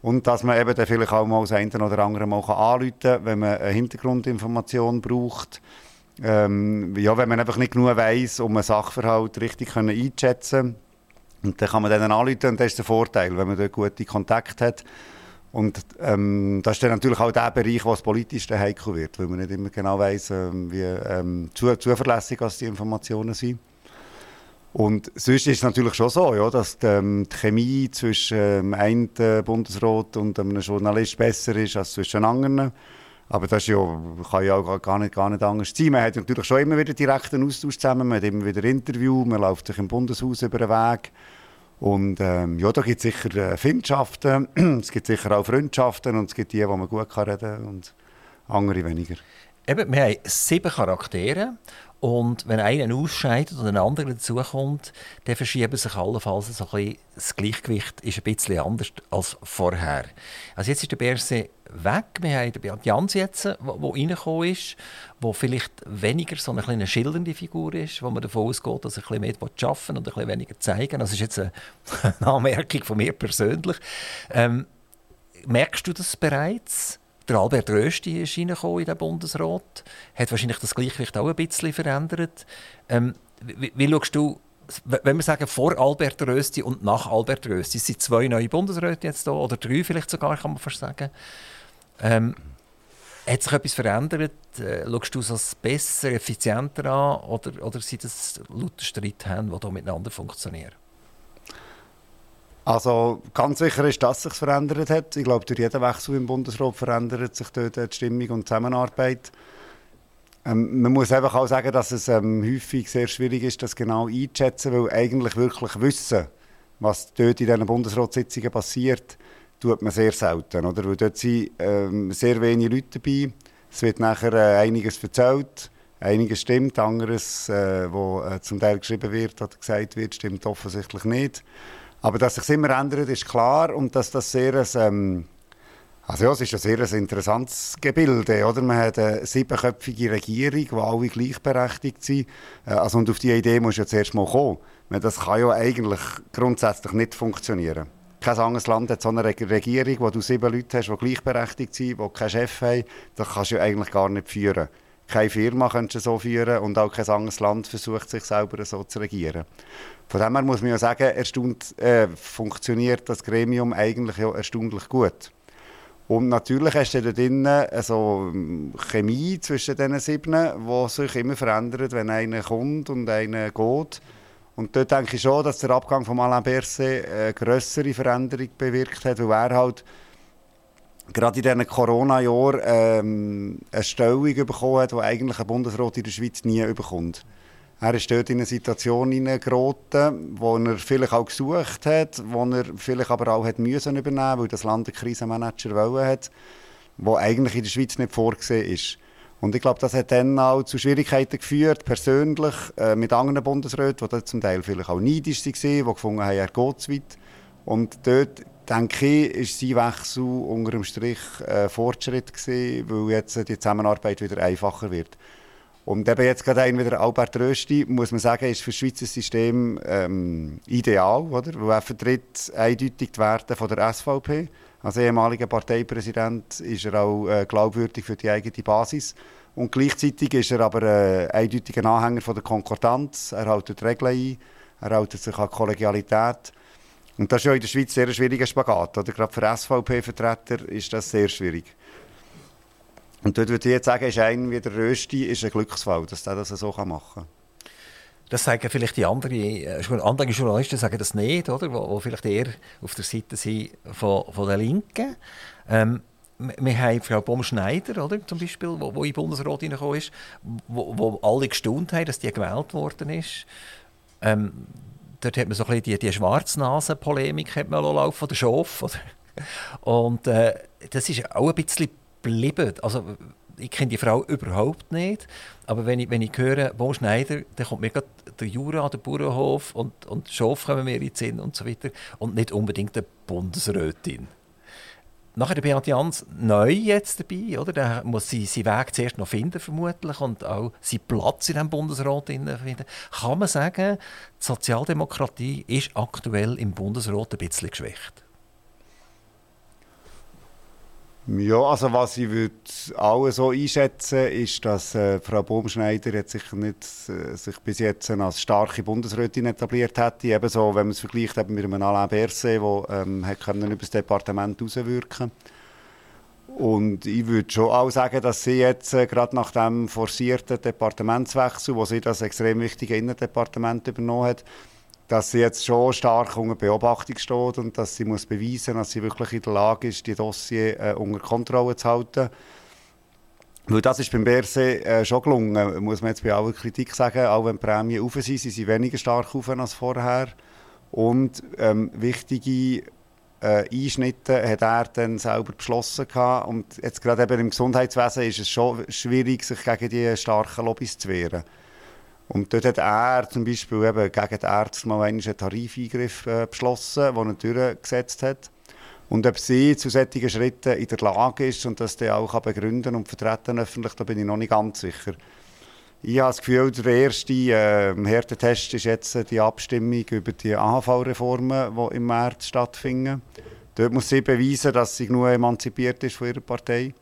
Und dass man eben dann vielleicht auch mal das eine oder andere Mal anrufen kann, wenn man eine Hintergrundinformation braucht. Ähm, ja, wenn man einfach nicht genug weiss, um einen Sachverhalt richtig einschätzen. Und dann kann man denen anrufen und das ist der Vorteil, wenn man dort gute Kontakte hat. Und ähm, das ist dann natürlich auch der Bereich, wo das politisch heikel wird, weil man nicht immer genau weiss, ähm, wie ähm, zu, zuverlässig die Informationen sind. Und sonst ist es natürlich schon so, ja, dass die, ähm, die Chemie zwischen dem einen Bundesrat und einem Journalist besser ist als zwischen anderen. Aber das ist ja, kann ja auch gar nicht, gar nicht anders sein. Man hat natürlich schon immer wieder direkten Austausch zusammen, man hat immer wieder Interviews, man läuft sich im Bundeshaus über den Weg. Und ähm, ja, da gibt es sicher äh, Feindschaften, es gibt sicher auch Freundschaften und es gibt die, wo man gut kann reden kann und andere weniger. Eben, wir haben sieben Charaktere und wenn einer ausscheidet und ein anderer dazukommt, dann verschieben sich allenfalls so ein bisschen, das Gleichgewicht ist ein bisschen anders als vorher. Also jetzt ist der Berset weg, wir haben den Beat Jans jetzt, der reingekommen ist, der vielleicht weniger so eine kleine schildernde Figur ist, wo man davon ausgeht, dass er ein bisschen mehr arbeiten und ein bisschen weniger zeigen. Das ist jetzt eine Anmerkung von mir persönlich. Ähm, merkst du das bereits? Der Albert Rösti ist reingekommen in den Bundesrat, hat wahrscheinlich das Gleichgewicht auch ein bisschen verändert. Ähm, wie, wie schaust du, wenn wir sagen vor Albert Rösti und nach Albert Rösti, es sind zwei neue Bundesräte jetzt da, oder drei vielleicht sogar, kann man fast sagen. Ähm, hat sich etwas verändert? Äh, schaust du es als besser, effizienter an, oder, oder sind das lauter Streithähne, die hier miteinander funktionieren? Also ganz sicher ist, dass es sich verändert hat. Ich glaube, durch jeden Wechsel im Bundesrat verändert sich dort die Stimmung und die Zusammenarbeit. Ähm, man muss einfach auch sagen, dass es ähm, häufig sehr schwierig ist, das genau einzuschätzen, weil eigentlich wirklich wissen, was dort in diesen Bundesratssitzungen passiert, tut man sehr selten. Oder? Weil dort sind ähm, sehr wenige Leute dabei. Es wird nachher äh, einiges erzählt, einiges stimmt, anderes, äh, wo äh, zum Teil geschrieben wird oder gesagt wird, stimmt offensichtlich nicht. Aber dass sich immer ändert, ist klar und dass das sehr ein, ähm, also ja, es ist ein sehr ein interessantes Gebilde, oder? Man hat eine siebenköpfige Regierung, wo alle gleichberechtigt sind. Also, und auf diese Idee muss ja zuerst mal kommen. Das kann ja eigentlich grundsätzlich nicht funktionieren. Kein anderes Land hat so eine Regierung, wo du sieben Leute hast, die gleichberechtigt sind, die keinen Chef haben. Das kannst du ja eigentlich gar nicht führen. Keine Firma kannst du so führen und auch kein anderes Land versucht, sich selber so zu regieren. Von dem her muss man ja sagen, erstaunt, äh, funktioniert das Gremium eigentlich ja erstaunlich gut. Und natürlich hast du da drin also Chemie zwischen diesen sieben, die sich immer verändert, wenn einer kommt und einer geht. Und dort denke ich schon, dass der Abgang von Alain Berset eine grössere Veränderung bewirkt hat, weil er halt gerade in diesen Corona-Jahren ähm, eine Stellung bekommen hat, die eigentlich ein Bundesrat in der Schweiz nie bekommt. Er ist dort in eine Situation hineingeraten, wo er vielleicht auch gesucht hat, wo er vielleicht aber auch hat müssen übernehmen, weil das Land einen Krisenmanager wollen hat, der eigentlich in der Schweiz nicht vorgesehen ist. Und ich glaube, das hat dann auch zu Schwierigkeiten geführt, persönlich, äh, mit anderen Bundesräten, die zum Teil vielleicht auch neidisch waren, die gefunden haben, er geht zu weit. Und dort, denke ich, ist sein Wechsel unter dem Strich ein Fortschritt gewesen, weil jetzt die Zusammenarbeit wieder einfacher wird. Und eben jetzt gerade ein wieder Albert Rösti, muss man sagen, ist für das Schweizer System ähm, ideal, oder? Weil er vertritt eindeutig die Werte von der S V P. Als ehemaliger Parteipräsident ist er auch äh, glaubwürdig für die eigene Basis. Und gleichzeitig ist er aber äh, eindeutig ein Anhänger von der Konkordanz. Er hält die Regeln ein, er hält sich an Kollegialität. Und das ist ja in der Schweiz sehr ein schwieriger Spagat. Oder? Gerade für S V P-Vertreter ist das sehr schwierig. Und dort würde ich jetzt sagen, ist ein wie der Rösti ist ein Glücksfall, dass er das so machen kann. Das sagen vielleicht die anderen, äh, andere Journalisten sagen das nicht, oder? Wo, wo vielleicht eher auf der Seite sind von, von der Linken. Ähm, wir haben Frau Baum-Schneider, oder, zum Beispiel, wo, wo in den Bundesrat hineingekommen ist, wo, wo alle gestaunt haben, dass die gewählt worden ist. Ähm, dort hat man so ein bisschen die, die Schwarznasen-Polemik laufen von der Schof. Oder? Und äh, das ist auch ein bisschen geblieben. Also, ich kenne die Frau überhaupt nicht, aber wenn ich, wenn ich höre, Baum Schneider, dann kommt mir gerade der Jura, der Bauernhof und, und Schof kommen mir in den Sinn und so weiter und nicht unbedingt eine Bundesrätin. Nachher der Beat Jans neu jetzt dabei, oder? Da muss sie seinen Weg zuerst noch finden vermutlich und auch seinen Platz in diesem Bundesrat finden. Kann man sagen, die Sozialdemokratie ist aktuell im Bundesrat ein bisschen geschwächt? Ja, also was ich würde alle so einschätzen, ist, dass äh, Frau Baumschneider jetzt sicher nicht äh, sich bis jetzt als starke Bundesrätin etabliert hätte. Ebenso, wenn man es vergleicht eben mit einem Alain Berset, der ähm, hat können über das Departement herauswirken. Und ich würde schon auch sagen, dass sie jetzt äh, gerade nach dem forcierten Departementswechsel, wo sie das extrem wichtige Innendepartement übernommen hat, dass sie jetzt schon stark unter Beobachtung steht und dass sie muss beweisen, dass sie wirklich in der Lage ist, die Dossier äh, unter Kontrolle zu halten. Weil das ist beim Berset äh, schon gelungen, muss man jetzt bei aller Kritik sagen, auch wenn die Prämien rauf sind, sind sie weniger stark rauf als vorher. Und ähm, wichtige äh, Einschnitte hat er dann selber beschlossen gehabt. Und jetzt gerade eben im Gesundheitswesen ist es schon schwierig, sich gegen die starken Lobbys zu wehren. Und dort hat er zum Beispiel eben gegen die Ärzte mal einen Tarifeingriff äh, beschlossen, den er durchgesetzt hat. Und ob sie zu solchen Schritten in der Lage ist und das dann auch begründen und vertreten öffentlich, da bin ich noch nicht ganz sicher. Ich habe das Gefühl, der erste äh, Härtetest ist jetzt die Abstimmung über die A H V-Reformen, die im März stattfinden. Dort muss sie beweisen, dass sie genug emanzipiert ist von ihrer Partei.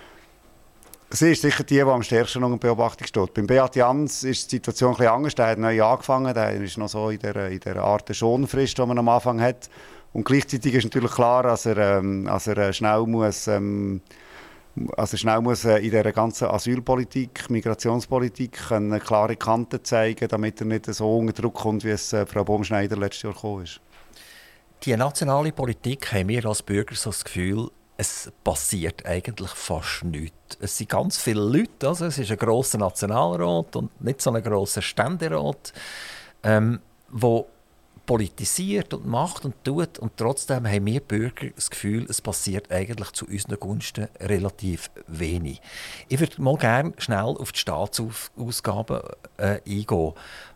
Sie ist sicher die, die am stärksten unter Beobachtung steht. Beim Beat Jans ist die Situation ein bisschen anders. Der hat neu angefangen, der ist noch so in der, in der Art der Schonfrist, die man am Anfang hat. Und gleichzeitig ist natürlich klar, dass er, ähm, dass er schnell muss, ähm, also schnell muss äh, in dieser ganzen Asylpolitik, Migrationspolitik eine klare Kante zeigen, damit er nicht so unter Druck kommt, wie es äh, Frau Baumschneider letztes Jahr gekommen ist. Die nationale Politik haben wir als Bürger so das Gefühl, es passiert eigentlich fast nichts. Es sind ganz viele Leute, also es ist ein grosser Nationalrat und nicht so ein grosser Ständerat, ähm, wo politisiert und macht und tut, und trotzdem haben wir Bürger das Gefühl, es passiert eigentlich zu unseren Gunsten relativ wenig. Ich würde mal gerne schnell auf die Staatsausgaben äh, eingehen.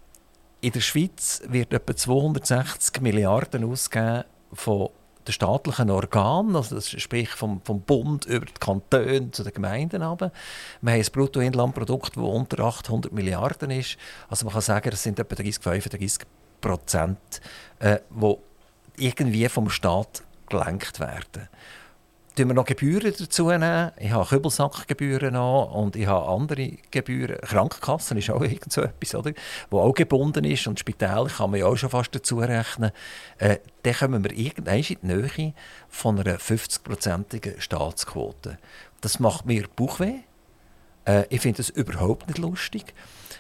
In der Schweiz wird etwa zweihundertsechzig Milliarden ausgegeben von den staatlichen Organen, also das sprich vom, vom Bund über die Kantone zu den Gemeinden runter. Wir haben ein Bruttoinlandprodukt, das unter achthundert Milliarden ist. Also man kann sagen, das sind etwa dreißig, fünfunddreißig Prozent, äh, die irgendwie vom Staat gelenkt werden. Tun wir noch Gebühren dazu nehmen? Ich habe Kübelsackgebühren noch und ich habe andere Gebühren. Krankenkassen ist auch irgend so etwas, oder? Wo auch gebunden ist, und Spitäler kann man ja auch schon fast dazu rechnen. Äh, dann kommen wir irgendwann in die Nähe von einer fünfzig-prozentigen Staatsquote. Das macht mir Bauchweh. Äh, ich finde das überhaupt nicht lustig.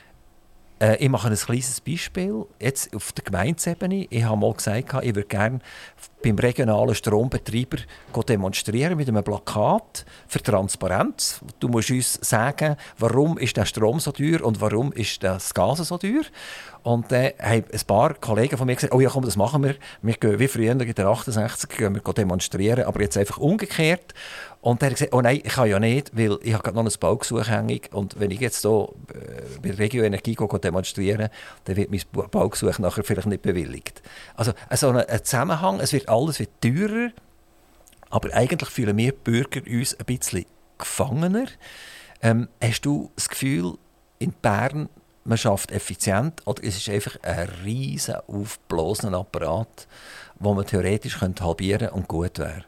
Äh, ich mache ein kleines Beispiel. Jetzt auf der Gemeindeebene. Ich habe mal gesagt, ich würde gerne beim regionalen Strombetreiber demonstrieren mit einem Plakat für Transparenz. Du musst uns sagen, warum ist der Strom so teuer und warum ist das Gas so teuer. Und dann äh, haben ein paar Kollegen von mir gesagt, oh ja, komm, das machen wir. Wir gehen wie früher in den achtundachtzig gehen wir demonstrieren, aber jetzt einfach umgekehrt. Und dann hat er gesagt, oh nein, ich kann ja nicht, weil ich habe gerade noch ein Baugesuch hängig, und wenn ich jetzt hier äh, bei Regio Energie gehe, demonstrieren, dann wird mein Baugesuch nachher vielleicht nicht bewilligt. Also, also ein Zusammenhang, es wird alles wird teurer, aber eigentlich fühlen wir Bürger uns ein bisschen gefangener. Ähm, hast du das Gefühl, in Bern, man schafft effizient, oder es ist einfach ein riesen aufgeblasener Apparat, den man theoretisch könnte halbieren und gut wäre?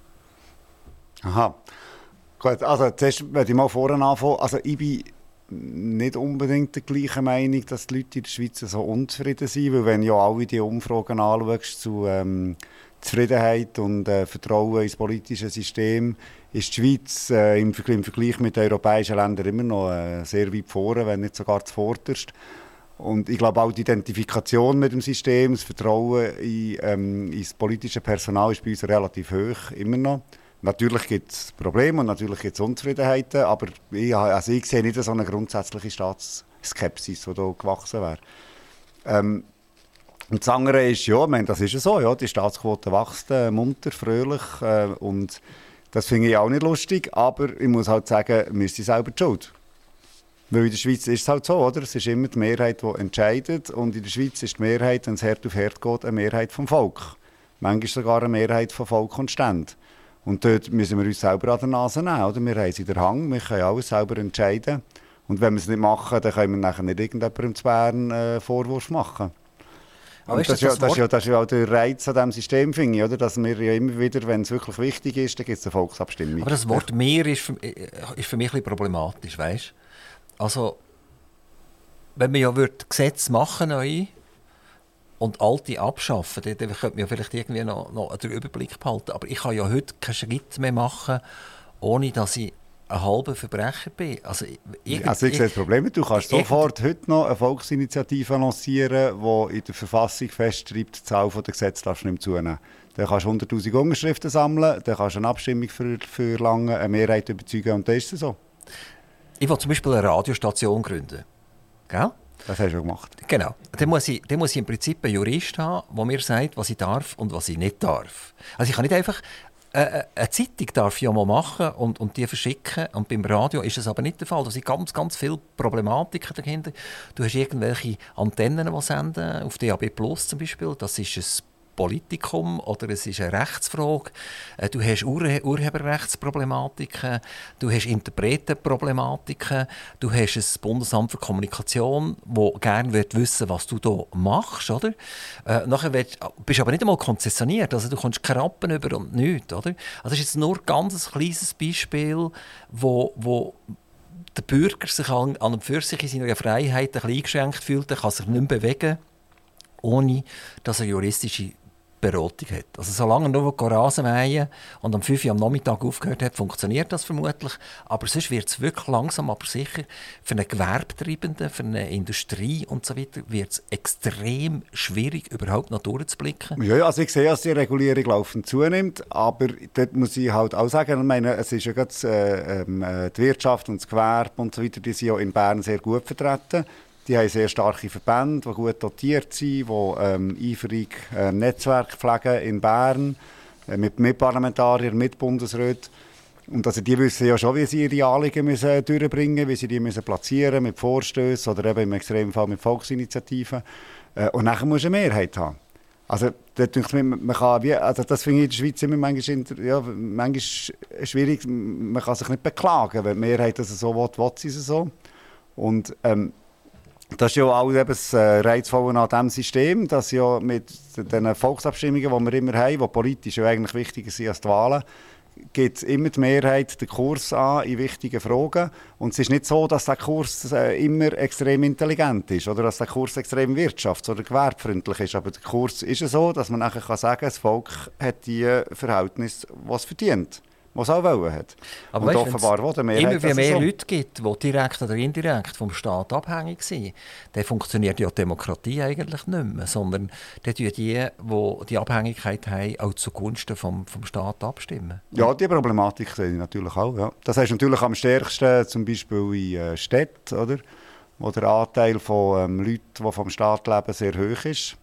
Aha. Gut, also zuerst möchte ich mal vorne anfangen. Also ich bin nicht unbedingt der gleichen Meinung, dass die Leute in der Schweiz so unzufrieden sind, weil wenn ja alle die Umfragen anschaust zu ähm, Zufriedenheit und äh, Vertrauen ins politische System, ist die Schweiz äh, im, im Vergleich mit den europäischen Ländern immer noch äh, sehr weit vorne, wenn nicht sogar zuvorderst. Und ich glaube auch die Identifikation mit dem System, das Vertrauen in, ähm, ins politische Personal ist bei uns relativ hoch, immer noch. Natürlich gibt es Probleme und natürlich gibt es Unzufriedenheiten, aber ich, also ich sehe nicht so eine grundsätzliche Staatsskepsis, die da gewachsen wäre. Ähm, und das andere ist, ja, ich meine, das ist ja so, ja, die Staatsquote wächst äh, munter, fröhlich äh, und das finde ich auch nicht lustig, aber ich muss halt sagen, wir sind selber die Schuld. Weil in der Schweiz ist es halt so, oder? Es ist immer die Mehrheit, die entscheidet, und in der Schweiz ist die Mehrheit, wenn es Herd auf Herd geht, eine Mehrheit vom Volk. Manchmal sogar eine Mehrheit von Volk und Ständen. Und dort müssen wir uns selber an der Nase nehmen. Oder? Wir haben es in der Hand, wir können alles selber entscheiden. Und wenn wir es nicht machen, dann können wir nachher nicht irgendjemandem zu Bern äh, Vorwurf machen. Aber das, das, das, das, ist ja, das ist ja auch der Reiz an diesem System, finde ich, oder? Dass wir ja immer wieder, wenn es wirklich wichtig ist, dann gibt es eine Volksabstimmung. Aber das Wort «mehr» ist für, ist für mich ein bisschen problematisch, weißt? Also, wenn man ja Gesetze machen neu und alte abschaffen, dann, dann könnte man ja vielleicht irgendwie noch, noch den Überblick behalten. Aber ich kann ja heute keinen Schritt mehr machen, ohne dass ich ein halber Verbrecher bin. Also, ich, also ich sehe das Problem. Du kannst sofort heute noch eine Volksinitiative lancieren, die in der Verfassung festschreibt, die Zahl der Gesetze darfst du nicht mehr zunehmen. Dann kannst du hunderttausend Unterschriften sammeln, dann kannst du eine Abstimmung verlangen, eine Mehrheit überzeugen und dann ist es so. Ich will zum Beispiel eine Radiostation gründen. Gell? Das hast du schon gemacht. Genau. Dann muss ich, dann muss ich im Prinzip einen Jurist haben, der mir sagt, was ich darf und was ich nicht darf. Also ich kann nicht einfach... Eine Zeitung darf ich ja mal machen und, und die verschicken. Und beim Radio ist das aber nicht der Fall. Da sind ganz, ganz viele Problematiken dahinter. Du hast irgendwelche Antennen, die senden, auf D A B Plus zum Beispiel. Das ist ein Politikum oder es ist eine Rechtsfrage. Du hast Ur- Urheberrechtsproblematiken, du hast Interpretenproblematiken, du hast ein Bundesamt für Kommunikation, das gerne wissen will, was du hier machst. Oder? Äh, nachher willst, bist du aber nicht einmal konzessioniert, also du kommst keine Rappen über und nichts. Oder? Also das ist jetzt nur ein ganz kleines Beispiel, wo, wo der Bürger sich an, an und für sich in seiner Freiheit ein bisschen eingeschränkt fühlt, er kann sich nicht mehr bewegen, ohne dass er juristische Beratung hat. Also solange er nur Rasen mähen und am fünf Uhr am Nachmittag aufgehört hat, funktioniert das vermutlich. Aber sonst wird es wirklich langsam, aber sicher für einen Gewerbetreibenden, für eine Industrie und so weiter, wird es extrem schwierig, überhaupt noch durchzublicken. Ja, also ich sehe, dass die Regulierung laufend zunimmt, aber dort muss ich halt auch sagen, ich meine, es ist ja gerade äh, äh, die Wirtschaft und das Gewerbe und so weiter, die sind ja in Bern sehr gut vertreten. Die haben sehr starke Verbände, die gut dotiert sind, die ähm, eifrig äh, Netzwerke pflegen in Bern, äh, mit Mitparlamentariern, mit Bundesräten. Und also die wissen ja schon, wie sie ihre Anliegen müssen durchbringen müssen, wie sie die müssen platzieren mit Vorstößen oder eben im Extremfall mit Volksinitiativen. Äh, und nachher muss eine Mehrheit haben. Also, da denke ich, man kann, wie, also das finde ich in der Schweiz immer manchmal, ja, manchmal schwierig. Man kann sich nicht beklagen, wenn die Mehrheit das so will, will sie es so. Und ähm, das ist ja auch eben das Reizvolle an diesem System, dass ja mit den Volksabstimmungen, die wir immer haben, die politisch ja eigentlich wichtiger sind als die Wahlen, gibt immer die Mehrheit den Kurs an in wichtigen Fragen. Und es ist nicht so, dass der Kurs äh, immer extrem intelligent ist oder dass der Kurs extrem wirtschafts- oder gewerbefreundlich ist. Aber der Kurs ist ja so, dass man nachher kann sagen kann, das Volk hat die Verhältnisse, was es verdient. Was auch wollen hat. Aber und weißt, offenbar, wo der Mehrheit immer wie mehr so. Leute gibt, die direkt oder indirekt vom Staat abhängig sind, dann funktioniert ja die Demokratie eigentlich nicht mehr, sondern dann tun die, die die Abhängigkeit haben, auch zugunsten vom, vom Staat abstimmen. Ja, die Problematik sehe ich natürlich auch. Ja. Das ist natürlich am stärksten zum Beispiel in äh, Städten, oder? Wo der Anteil von ähm, Leuten, die vom Staat leben, sehr hoch ist.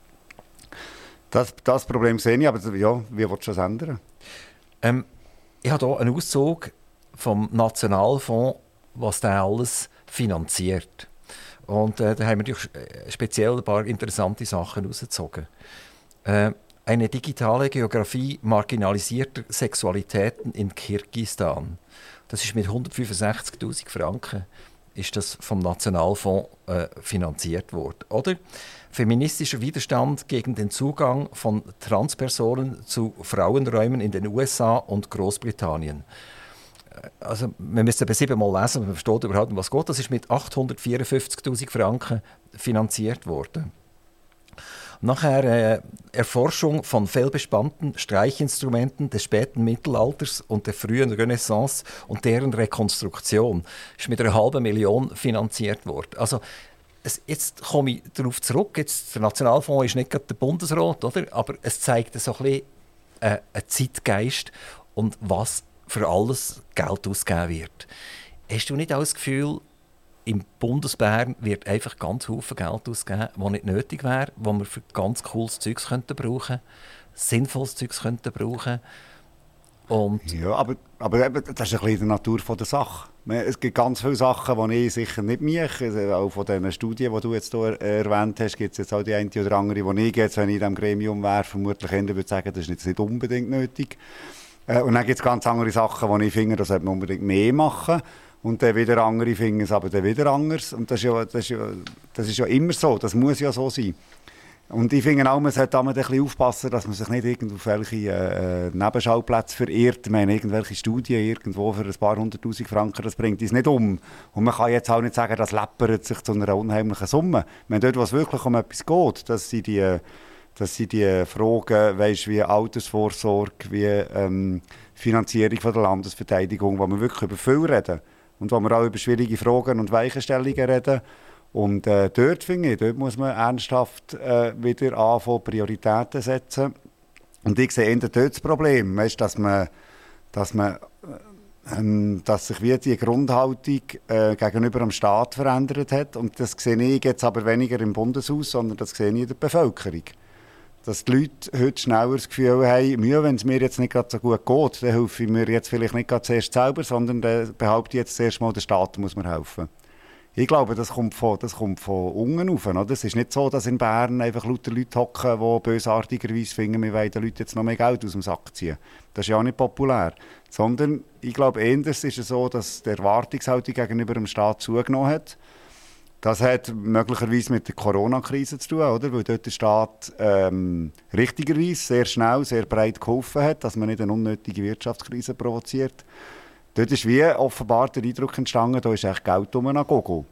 Das, das Problem sehe ich, aber ja, wie willst du das ändern? Ähm, Ich habe hier einen Auszug vom Nationalfonds, was der alles finanziert. Und äh, da haben wir natürlich speziell ein paar interessante Sachen herausgezogen. Äh, eine digitale Geografie marginalisierter Sexualitäten in Kirgisistan. Das ist mit hundertfünfundsechzigtausend Franken ist das vom Nationalfonds äh, finanziert worden. Oder feministischer Widerstand gegen den Zugang von Transpersonen zu Frauenräumen in den U S A und Großbritannien. Also, wir müssen es siebenmal lesen, man versteht überhaupt nicht, was geht. Das ist mit achthundertvierundfünfzigtausend Franken finanziert worden. Nachher äh, Erforschung von fehlbespannten Streichinstrumenten des späten Mittelalters und der frühen Renaissance und deren Rekonstruktion. Das ist mit einer halben Million finanziert worden. Also, es, jetzt komme ich darauf zurück. Jetzt, der Nationalfonds ist nicht gerade der Bundesrat, oder? Aber es zeigt so ein bisschen äh, einen Zeitgeist und was für alles Geld ausgegeben wird. Hast du nicht auch das Gefühl, im Bundesbern wird einfach ganz viel Geld ausgegeben, das nicht nötig wäre, das wir für ganz cooles Zeugs könnten brauchen, sinnvolles Zeugs könnten brauchen. Und ja, aber, aber das ist ein bisschen die Natur der Sache. Es gibt ganz viele Sachen, die ich sicher nicht mich, also auch von diesen Studien, die du jetzt hier erwähnt hast, gibt es jetzt auch die eine oder andere, die ich jetzt, wenn ich in diesem Gremium wäre, vermutlich würde sagen, das ist jetzt nicht unbedingt nötig. Und dann gibt es ganz andere Sachen, die ich finde, das sollte man unbedingt mehr machen. Und dann wieder andere finden es aber dann wieder anders. Und das ist, ja, das, ist ja, das ist ja immer so, das muss ja so sein. Und ich finde auch, man sollte damit ein bisschen aufpassen, dass man sich nicht irgendwo auf welche äh, Nebenschauplätze verirrt. Ich meine, irgendwelche Studien irgendwo für ein paar hunderttausend Franken, das bringt uns nicht um. Und man kann jetzt auch nicht sagen, das läppert sich zu einer unheimlichen Summe. Wenn dort was wirklich um etwas geht, dass sie die, dass sie die Fragen, weißt, wie Altersvorsorge, wie ähm, Finanzierung von der Landesverteidigung, wo wir wirklich über viel reden und wo wir auch über schwierige Fragen und Weichenstellungen reden. Und äh, dort finde ich, dort muss man ernsthaft äh, wieder anfangen, Prioritäten setzen. Und ich sehe eher dort das Problem, weißt, dass man, dass man ähm, dass sich wie die Grundhaltung äh, gegenüber dem Staat verändert hat. Und das sehe ich jetzt aber weniger im Bundeshaus, sondern das sehe ich in der Bevölkerung. Dass die Leute heute schneller das Gefühl haben, wenn es mir jetzt nicht gerade so gut geht, dann helfe ich mir jetzt vielleicht nicht gerade zuerst selber, sondern dann behaupte ich jetzt zuerst mal, der Staat muss mir helfen. Ich glaube, das kommt von, das kommt von unten rauf. Oder? Es ist nicht so, dass in Bern einfach lauter Leute hocken, die bösartigerweise finden, wir wollen den Leuten jetzt noch mehr Geld aus dem Sack ziehen. Das ist ja auch nicht populär. Sondern ich glaube, eher ist es so, dass die Erwartungshaltung gegenüber dem Staat zugenommen hat. Das hat möglicherweise mit der Corona-Krise zu tun, oder? Weil dort der Staat ähm, richtigerweise sehr schnell, sehr breit geholfen hat, dass man nicht eine unnötige Wirtschaftskrise provoziert. Dort ist wie offenbar der Eindruck entstanden, da ist echt Geld um an Gogo.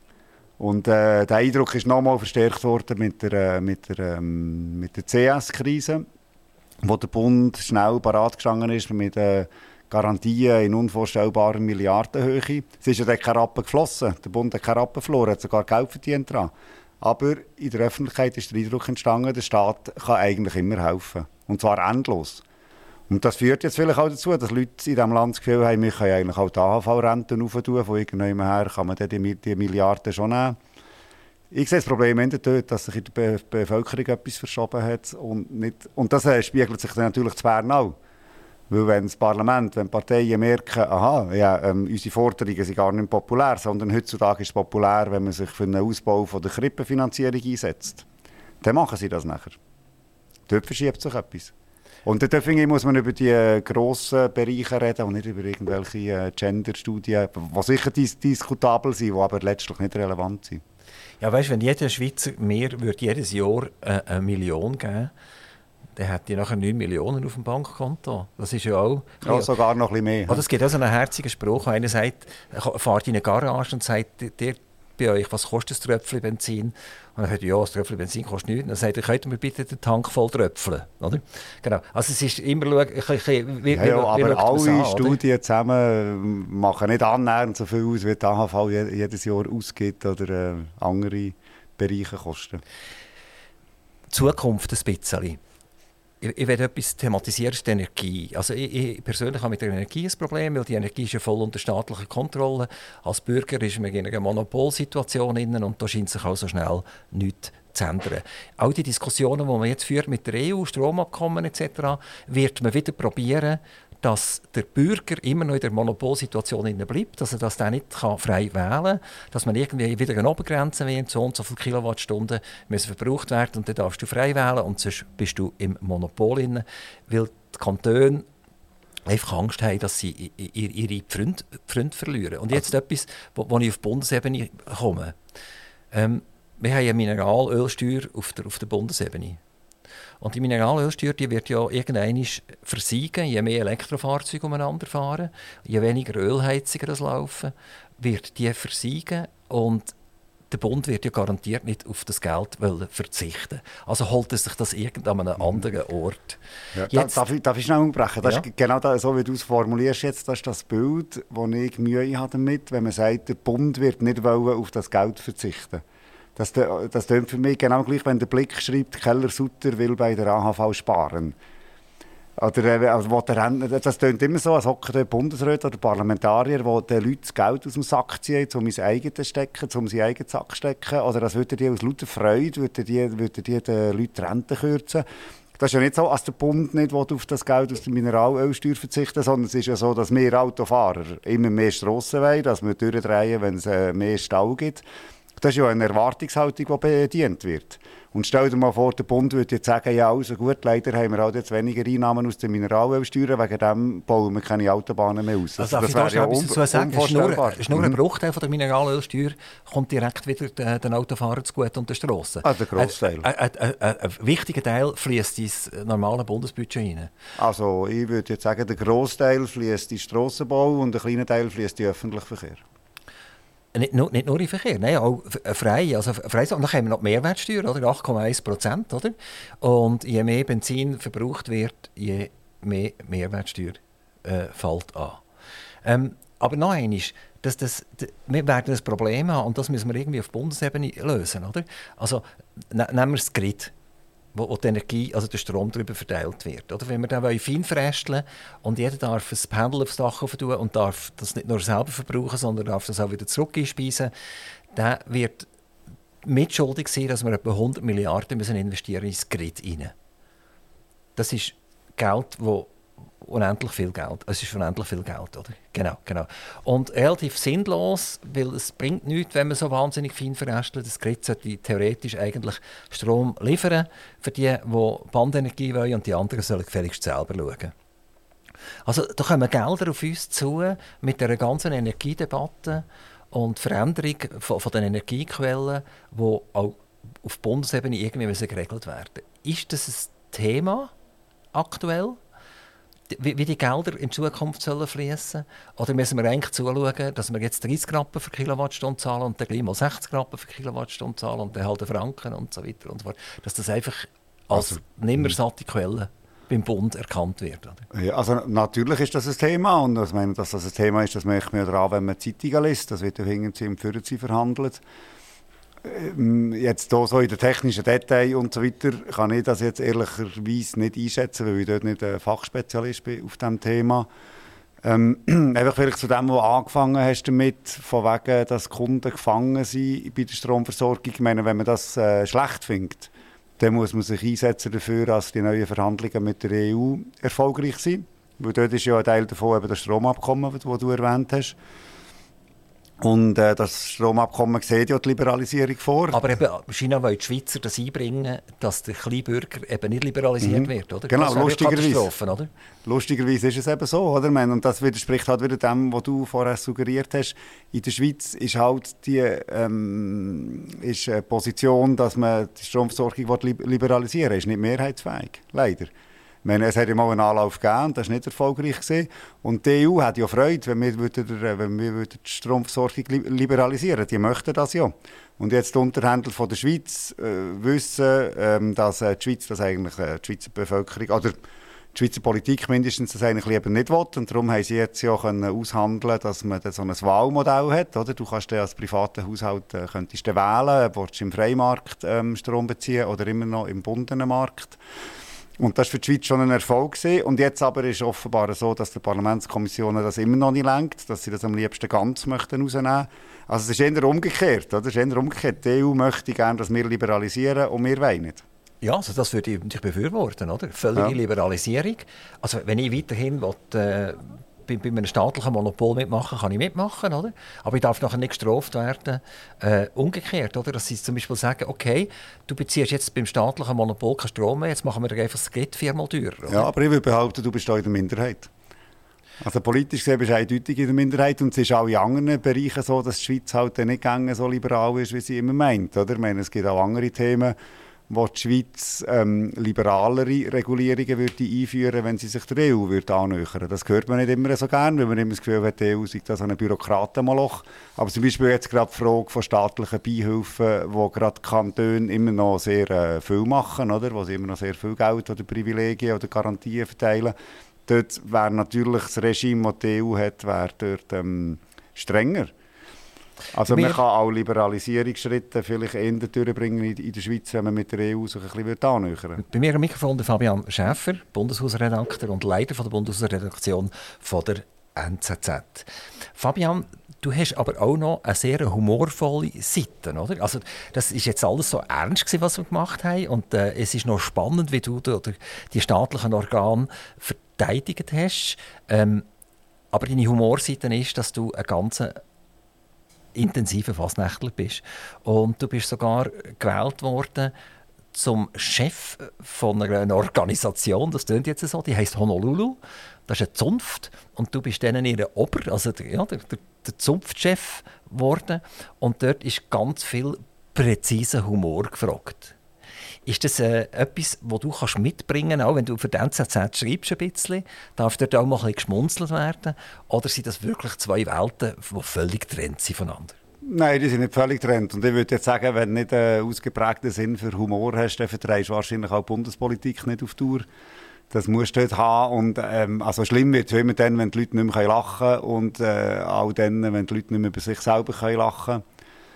Und äh, der Eindruck ist nochmal verstärkt worden mit der, äh, mit der, ähm, mit der C S-Krise, wo der Bund schnell parat gestanden ist mit äh, Garantien in unvorstellbarer Milliardenhöhe. Es ist ja dann kein Rappen geflossen, der Bund hat keinen Rappen verloren, hat sogar Geld verdient dran. Aber in der Öffentlichkeit ist der Eindruck entstanden, der Staat kann eigentlich immer helfen. Und zwar endlos. Und das führt jetzt vielleicht auch dazu, dass Leute in diesem Land das Gefühl haben, wir können eigentlich auch die A H V-Renten aufentun, von irgendjemandem her kann man die, die Milliarden schon nehmen. Ich sehe das Problem eher dort, dass sich in der Be- Bevölkerung etwas verschoben hat. Und, nicht, und das äh, spiegelt sich dann natürlich zu Bern auch. Weil wenn das Parlament, wenn Parteien merken, aha, ja, ähm, unsere Forderungen sind gar nicht populär, sondern heutzutage ist es populär, wenn man sich für einen Ausbau von der Krippenfinanzierung einsetzt, dann machen sie das nachher. Dort verschiebt sich etwas. Und dort finde ich, muss man über die äh, grossen Bereiche reden und nicht über irgendwelche äh, Gender-Studien, die sicher dis- diskutabel sind, die aber letztlich nicht relevant sind. Ja, weißt, wenn jeder Schweizer mir würde jedes Jahr äh, eine Million geben, dann hätte ich nachher neun Millionen auf dem Bankkonto. Das ist ja auch... Ja, sogar noch ein bisschen mehr. Oder es gibt auch so einen herzigen Spruch, einer sagt, fährt in eine Garage und sagt, der bei euch, was kostet das Tröpfchen Benzin? Und dann sagt er, ja, das Tröpfchen Benzin kostet nichts. Und dann sagt er, könnt ihr mir bitte den Tank voll tröpfeln? Oder? Genau. Also es ist immer, wie, wie, ja, ja, aber wie alle an, Studien zusammen machen nicht annähernd so viel aus, wie die A H V jedes Jahr ausgibt oder äh, andere Bereiche kosten. Zukunft ein bisschen. Ich, ich werde etwas thematisieren, ist die Energie. Also ich, ich persönlich habe mit der Energie ein Problem, weil die Energie ist ja voll unter staatlicher Kontrolle. Als Bürger ist man in einer Monopolsituation innen und da scheint sich auch so schnell nichts zu ändern. Auch die Diskussionen, die man jetzt führt mit der E U, Stromabkommen et cetera, wird man wieder probieren, dass der Bürger immer noch in der Monopolsituation innen bleibt, dass er das dann nicht kann frei wählen kann, dass man irgendwie wieder eine Obergrenze wie so und so viele Kilowattstunden müssen verbraucht werden und dann darfst du frei wählen und sonst bist du im Monopol innen, weil die Kantone einfach Angst haben, dass sie ihre Pfründe, Pfründe verlieren. Und jetzt also etwas, wo, wo ich auf Bundesebene komme. Ähm, wir haben eine Mineralölsteuer auf der, auf der Bundesebene. Und die Mineralölsteuer die wird ja irgendwann versiegen, je mehr Elektrofahrzeuge umeinander fahren, je weniger Ölheizungen das laufen, wird die versiegen und der Bund wird ja garantiert nicht auf das Geld verzichten. Also holt er sich das irgendwann an einem anderen Ort. Ja, jetzt, darf, ich, darf ich schnell unterbrechen? Das ja. ist genau das, so wie du es formulierst jetzt, das ist das Bild, das ich Mühe habe damit, wenn man sagt, der Bund wird nicht wollen auf das Geld verzichten. Das, das klingt für mich genau gleich, wenn der Blick schreibt, Keller Sutter will bei der A H V sparen. Oder, also, der, das klingt immer so, als hocken der Bundesräte oder Parlamentarier, die den Leuten das Geld aus dem Sack ziehen, um ins eigene stecken, um seinen eigenen Sack stecken. Oder als würden die aus lauter Freude würden die, würden die den Leuten die Rente kürzen. Das ist ja nicht so, als der Bund nicht auf das Geld aus der Mineralölsteuer verzichten will, sondern es ist ja so, dass wir Autofahrer immer mehr Strassen wollen, dass wir durchdrehen, wenn es mehr Stau gibt. Das ist ja eine Erwartungshaltung, die bedient wird. Und stell dir mal vor, der Bund würde jetzt sagen, ja, also gut, leider haben wir halt jetzt weniger Einnahmen aus der Mineralölsteuer, wegen dem bauen wir keine Autobahnen mehr aus. Also, also das wäre ja un- sagen, unvorstellbar. Es ist nur ein Bruchteil von der Mineralölsteuer, kommt direkt wieder den, den Autofahrern zugute und den Strassen. Ah, der Grossteil. Ein, ein, ein, ein, ein wichtiger Teil fließt ins normale Bundesbudget rein. Also ich würde jetzt sagen, der Grossteil fließt in den Strassenbau und der kleine Teil fließt in den öffentlichen Verkehr. Nicht nur, nicht nur im Verkehr, nein, auch frei. Also frei und dann haben wir noch die Mehrwertsteuer, oder? acht Komma eins Prozent. Oder? Und je mehr Benzin verbraucht wird, je mehr Mehrwertsteuer äh, fällt an. Ähm, aber noch eines, dass das, wir werden ein Problem haben und das müssen wir irgendwie auf Bundesebene lösen. Oder? Also ne, nehmen wir das Grid, wo, wo die Energie, also der Strom darüber verteilt wird. Oder? Wenn wir den fein verästeln und jeder darf ein Pendel aufs Dach tun und darf das nicht nur selber verbrauchen, sondern darf das auch wieder zurück einspeisen, dann wird mitschuldig sein, dass wir etwa hundert Milliarden müssen investieren ins Grid rein. Das ist Geld, das unendlich viel Geld. Es ist unendlich viel Geld, oder? Genau, genau. Und relativ sinnlos, weil es bringt nichts, wenn man so wahnsinnig fein verästelt. Das Grid sollte theoretisch eigentlich Strom liefern für die, die Bandenergie wollen, und die anderen sollen gefälligst selber schauen. Also da kommen Gelder auf uns zu mit der ganzen Energiedebatte und Veränderung von, von den Energiequellen, die auch auf Bundesebene irgendwie müssen geregelt werden. Ist das ein Thema aktuell? Wie, wie die Gelder in Zukunft sollen fließen? Oder müssen wir eigentlich zuschauen, dass wir jetzt dreißig Rappen für Kilowattstunde zahlen und dann gleich mal sechzig Rappen für Kilowattstunde zahlen und dann halt einen Franken und so weiter und so fort. Dass das einfach als also, nimmersatte Quelle beim Bund erkannt wird. Oder? Ja, also natürlich ist das ein Thema und ich meine, dass das ein Thema ist, das merkt man ja daran, wenn man Zeitungen liest. Das wird ja hinterher im Fürzi verhandelt. Jetzt hier so in den technischen Details und so weiter kann ich das jetzt ehrlicherweise nicht einschätzen, weil ich dort nicht ein Fachspezialist bin auf diesem Thema. Ähm, einfach vielleicht zu dem, was du angefangen hast damit, von wegen, dass Kunden gefangen sind bei der Stromversorgung. Ich meine, wenn man das äh, schlecht findet, dann muss man sich einsetzen dafür, dass die neuen Verhandlungen mit der E U erfolgreich sind. Weil dort ist ja ein Teil davon eben das Stromabkommen, das du erwähnt hast. Und äh, das Stromabkommen sieht ja die Liberalisierung vor. Aber eben, China will die Schweizer das einbringen, dass der Kleinbürger eben nicht liberalisiert mhm. wird, oder? Genau, lustigerweise. Oder? Lustigerweise ist es eben so, oder? Und das widerspricht halt wieder dem, was du vorher suggeriert hast. In der Schweiz ist halt die ähm, ist eine Position, dass man die Stromversorgung liberalisieren will, ist nicht mehrheitsfähig, leider. Ich meine, es hat ja mal einen Anlauf gegeben und das war nicht erfolgreich gewesen. Und die E U hat ja Freude, wenn wir, wenn wir die Stromversorgung liberalisieren. Die möchten das ja. Und jetzt die Unterhändler von der Schweiz äh, wissen, ähm, dass äh, die Schweiz das eigentlich, äh, die Schweizer Bevölkerung, oder die Schweizer Politik mindestens, das eigentlich lieber nicht will. Und darum haben sie jetzt ja können aushandeln, dass man dann so ein Wahlmodell hat. Oder? Du kannst dann als privater Haushalt äh, könntest du wählen, willst du im Freimarkt ähm, Strom beziehen oder immer noch im gebundenen Markt. Und das war für die Schweiz schon ein Erfolg gewesen. Und jetzt aber ist es offenbar so, dass die Parlamentskommissionen das immer noch nicht lenkt, dass sie das am liebsten ganz möchten rausnehmen. Also es ist eher umgekehrt, oder? Es ist eher umgekehrt. Die E U möchte gerne, dass wir liberalisieren und wir wollen nicht. Ja, also das würde ich natürlich befürworten, oder? Völlige ja. Liberalisierung. Also wenn ich weiterhin will, äh, bei, bei einem staatlichen Monopol mitmachen, kann ich mitmachen, oder? Aber ich darf nachher nicht gestraft werden. Äh, umgekehrt, oder? Dass sie zum Beispiel sagen, okay, du beziehst jetzt beim staatlichen Monopol keinen Strom mehr, jetzt machen wir dir einfach das Grid viermal teurer. Oder? Ja, aber ich würde behaupten, du bist da in der Minderheit. Also politisch gesehen bist du eindeutig in der Minderheit und es ist auch in anderen Bereichen so, dass die Schweiz halt nicht gerne so liberal ist, wie sie immer meint, oder? Ich meine, es gibt auch andere Themen, wo die Schweiz ähm, liberalere Regulierungen würde einführen würde, wenn sie sich der E U würde annähern. Das hört man nicht immer so gerne, weil man immer das Gefühl hat, die E U sei da so ein Bürokratenmoloch. Aber zum Beispiel jetzt gerade die Frage von staatlichen Beihilfen, wo gerade die Kantone immer noch sehr äh, viel machen, oder? Wo sie immer noch sehr viel Geld oder Privilegien oder Garantien verteilen. Dort wäre natürlich das Regime, das die E U hat, wäre dort ähm, strenger. Also man kann auch Liberalisierungsschritte vielleicht eher durchbringen in der Schweiz, wenn man mit der E U sich ein bisschen annähern würde. Bei mir am Mikrofon der Fabian Schäfer, Bundeshausredakteur und Leiter von der Bundeshausredaktion von der N Z Z. Fabian, du hast aber auch noch eine sehr humorvolle Seite, oder? Also das ist jetzt alles so ernst gewesen, was wir gemacht haben, und äh, es ist noch spannend, wie du die, die staatlichen Organe verteidigt hast. Ähm, aber deine Humorseite ist, dass du eine ganze intensiver Fasnächtler bist. Und du bist sogar gewählt worden zum Chef von einer Organisation, das klingt jetzt so, die heisst Honolulu. Das ist eine Zunft und du bist dann ihr Ober, also der, ja, der, der, der Zunftchef geworden. Und dort ist ganz viel präziser Humor gefragt. Ist das äh, etwas, das du kannst mitbringen kannst, auch wenn du für die N Z Z schreibst ein bisschen? Darf dort auch mal ein bisschen geschmunzelt werden? Oder sind das wirklich zwei Welten, die völlig getrennt sind voneinander? Nein, die sind nicht völlig getrennt. Und ich würde jetzt sagen, wenn du nicht einen ausgeprägten Sinn für Humor hast, dann vertreibst du wahrscheinlich auch die Bundespolitik nicht auf Dauer. Das musst du dort haben. Und, ähm, also schlimm wird es immer dann, wenn die Leute nicht mehr lachen können und äh, auch dann, wenn die Leute nicht mehr über sich selber können lachen können.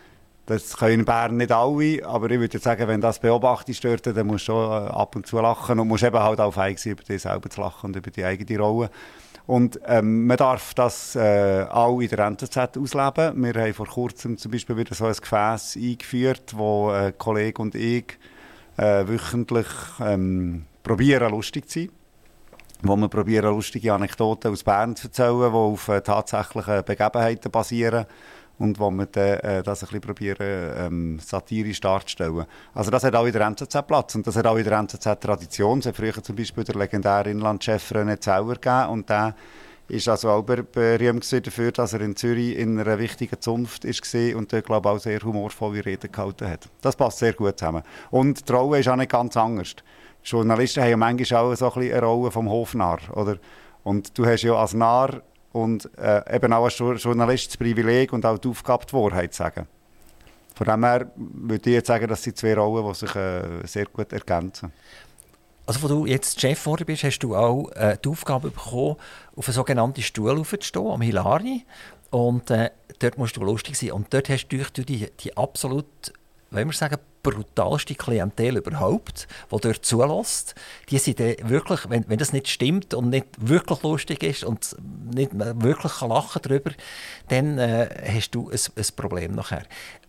Das können in Bern nicht alle, aber ich würde jetzt sagen, wenn das beobachtest, dann musst du schon äh, ab und zu lachen und musst eben halt auch fähig sein, über dich selber zu lachen und über die eigene Rolle. Und ähm, man darf das äh, auch in der N Z Z ausleben. Wir haben vor kurzem zum Beispiel wieder so ein Gefäss eingeführt, wo ein äh, Kollege und ich äh, wöchentlich ähm, probieren, lustig zu sein. Wo wir probieren, lustige Anekdoten aus Bern zu erzählen, die auf äh, tatsächlichen Begebenheiten basieren. Und wo wir dann, äh, das ein bisschen probieren, ähm, satirisch darzustellen. Also das hat auch in der N Z Z Platz und das hat auch in der N Z Z Tradition. Es hat früher zum Beispiel der legendäre Inlandchef René Zauer gegeben und der ist also auch berühmt dafür, dass er in Zürich in einer wichtigen Zunft war und dort, glaube ich, auch sehr humorvolle Reden gehalten hat. Das passt sehr gut zusammen. Und die Rolle ist auch nicht ganz anders. Die Journalisten haben ja manchmal auch so ein bisschen eine Rolle vom Hofnarr, oder? Und du hast ja als Narr und äh, eben auch als Journalist das Privileg und auch die Aufgabe, die Wahrheit zu sagen. Von dem her würde ich jetzt sagen, das sind zwei Rollen, die sich äh, sehr gut ergänzen. Also, als du jetzt Chef geworden bist, hast du auch äh, die Aufgabe bekommen, auf einen sogenannten Stuhl aufzustehen, am Hilari. Und äh, dort musst du lustig sein. Und dort hast du die, die absolut, wenn wir sagen, brutalste Klientel überhaupt, die dort zulässt. Die sind wirklich, wenn, wenn das nicht stimmt und nicht wirklich lustig ist und nicht wirklich lachen darüber, dann äh, hast du ein, ein Problem nachher.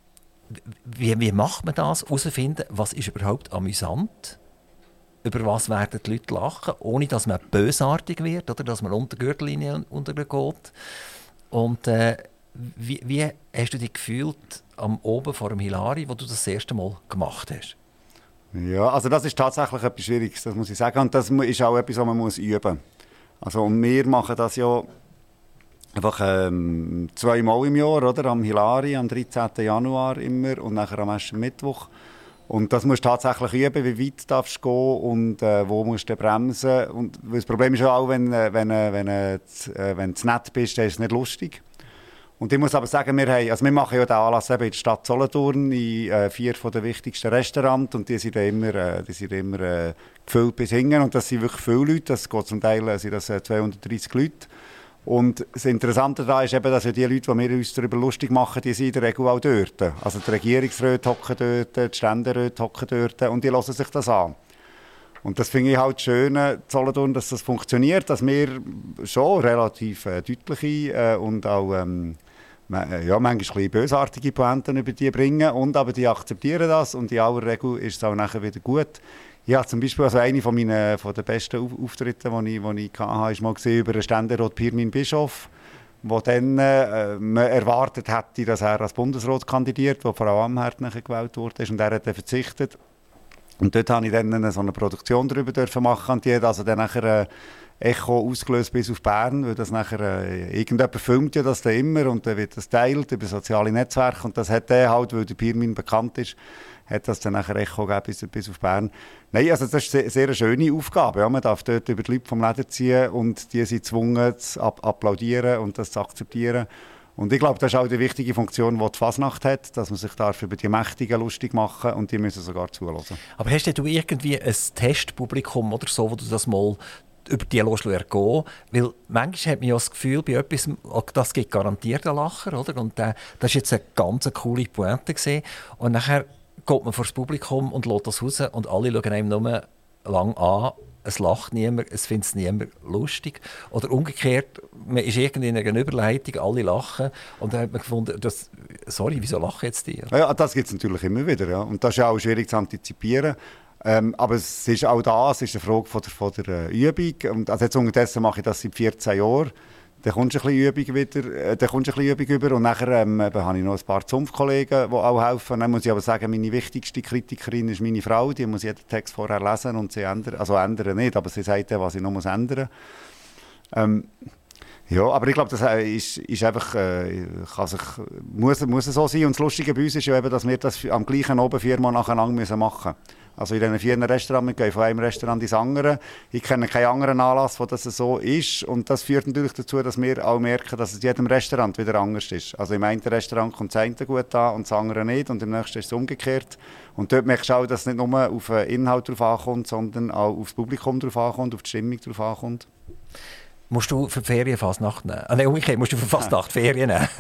Wie, wie macht man das? Herausfinden, was ist überhaupt amüsant? Über was werden die Leute lachen, ohne dass man bösartig wird oder dass man unter die Gürtellinie untergeht. Und äh, wie, wie hast du dich gefühlt am oben vor dem Hilari, wo du das, das erste Mal gemacht hast? Ja, also das ist tatsächlich etwas Schwieriges, das muss ich sagen. Und das ist auch etwas, was man muss üben muss. Also, und wir machen das ja einfach ähm, zweimal im Jahr, oder? Am Hilari, am dreizehnten Januar immer und nachher am ersten Mittwoch. Und das musst du tatsächlich üben, wie weit darfst du gehen und äh, wo musst du bremsen. Und das Problem ist ja auch, wenn, wenn, wenn, äh, wenn du nett bist, dann ist es nicht lustig. Und ich muss aber sagen, wir, haben, also wir machen ja den Anlass eben in der Stadt Solothurn, in äh, vier von den wichtigsten Restaurants. Und die sind immer, äh, die sind immer äh, gefüllt bis hinten. Und das sind wirklich viele Leute. Das geht zum Teil äh, sind das, äh, zweihundertdreissig Leute. Und das Interessante daran ist eben, dass ja die Leute, die wir uns darüber lustig machen, die sind in der Regel auch dort. Also die Regierungsräte hocken dort, die Ständeräte hocken dort und die hören sich das an. Und das finde ich halt schön, in Solothurn, dass das funktioniert, dass wir schon relativ äh, deutliche äh, und auch ähm, ja, manchmal ein bisschen bösartige Pointen über die bringen. Und aber die akzeptieren das und in aller Regel ist es auch nachher wieder gut. Ja, zum Beispiel also eine von meinen von den besten Auftritten, die ich, die ich hatte, ist mal gesehen über den Ständerat Pirmin Bischof, wo dann äh, man erwartet hätte, dass er als Bundesrat kandidiert, wo Frau Amherd nachher gewählt wurde, und er hat dann verzichtet. Und dort habe ich dann eine, so eine Produktion darüber dürfen machen und die hat also dann nachher äh, Echo ausgelöst bis auf Bern, weil das nachher äh, irgendjemand filmt ja das dann immer und dann wird das teilt über soziale Netzwerke und das hat der halt, weil der Pirmin bekannt ist, hat das dann nachher Echo gegeben bis, bis auf Bern. Nein, also das ist eine sehr, sehr schöne Aufgabe. Ja. Man darf dort über die Leute vom Leder ziehen und die sind gezwungen zu applaudieren und das zu akzeptieren. Und ich glaube, das ist auch die wichtige Funktion, die die Fasnacht hat, dass man sich darf über die Mächtigen lustig machen und die müssen sogar zuhören. Aber hast du irgendwie ein Testpublikum oder so, wo du das mal über die ergehen? Weil manchmal hat man ja das Gefühl, bei etwas, das gibt garantiert einen Lacher, oder? Und äh, das war jetzt eine ganz coole Pointe gewesen. Und nachher geht man vor das Publikum und lässt das raus und alle schauen einem nur lang an. Es lacht niemand, es findet es niemand lustig. Oder umgekehrt, man ist irgendwie in einer Überleitung, alle lachen. Und dann hat man gefunden, das, sorry, wieso lachen jetzt die? Ja, das gibt es natürlich immer wieder. Ja. Und das ist ja auch schwierig zu antizipieren. Ähm, aber es ist auch das, es ist eine Frage von der, von der äh, Übung. Und also jetzt unterdessen mache ich das seit vierzehn Jahren. Dann kommst du ein bisschen Übung wieder, äh, dann kommst du ein bisschen Übung über und nachher ähm, habe ich noch ein paar Zunftkollegen, die auch helfen. Dann muss ich aber sagen, meine wichtigste Kritikerin ist meine Frau, die muss jeden Text vorher lesen und sie ändern, also ändern nicht, aber sie sagt dann, was ich noch muss ändern muss. Ähm, ja, aber ich glaube, das ist, ist einfach, äh, kann sich, muss, muss so sein. Und das Lustige bei uns ist ja eben, dass wir das am gleichen Abend viermal nacheinander müssen machen müssen. Also in diesen vier Restaurants, wir gehen von einem Restaurant ins andere. Ich kenne keinen anderen Anlass, wo das so ist. Und das führt natürlich dazu, dass wir auch merken, dass es in jedem Restaurant wieder anders ist. Also im einen Restaurant kommt das eine gut an und das andere nicht. Und im nächsten ist es umgekehrt. Und dort merkst du auch, dass es nicht nur auf den Inhalt drauf ankommt, sondern auch auf das Publikum drauf ankommt, auf die Stimmung drauf ankommt. Musst du für die Ferien Fasnacht nehmen? Ah, nein, umgekehrt, musst du für Fasnacht Ferien nehmen?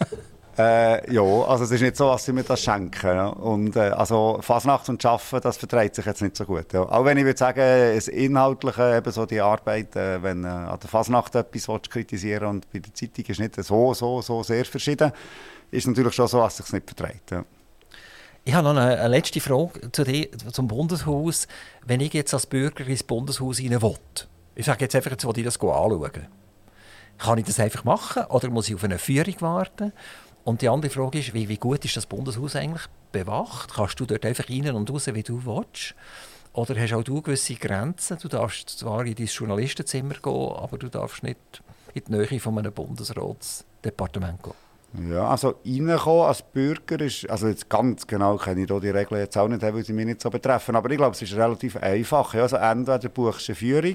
äh, ja, also es ist nicht so, dass sie mir das schenken. Ja. Und, äh, also Fasnacht und Arbeiten, das verträgt sich jetzt nicht so gut. Ja. Auch wenn ich würde sagen, das Inhaltliche, eben so die Arbeit, äh, wenn äh, an der Fasnacht etwas willst, kritisieren und bei der Zeitung ist nicht so, so, so sehr verschieden, ist natürlich schon so, dass es sich nicht verträgt. Ja. Ich habe noch eine, eine letzte Frage zu dir, zum Bundeshaus. Wenn ich jetzt als Bürger ins Bundeshaus rein will, ich sage jetzt einfach, jetzt will ich das anschauen. Kann ich das einfach machen oder muss ich auf eine Führung warten? Und die andere Frage ist, wie, wie gut ist das Bundeshaus eigentlich bewacht? Kannst du dort einfach rein und raus, wie du willst? Oder hast auch du gewisse Grenzen? Du darfst zwar in dein Journalistenzimmer gehen, aber du darfst nicht in die Nähe von einem Bundesratsdepartement gehen. Ja, also reinkommen als Bürger ist, also jetzt ganz genau kenne ich da die Regeln jetzt auch nicht, weil sie mich nicht so betreffen, aber ich glaube, es ist relativ einfach. Ja, also entweder buchst du eine Führung,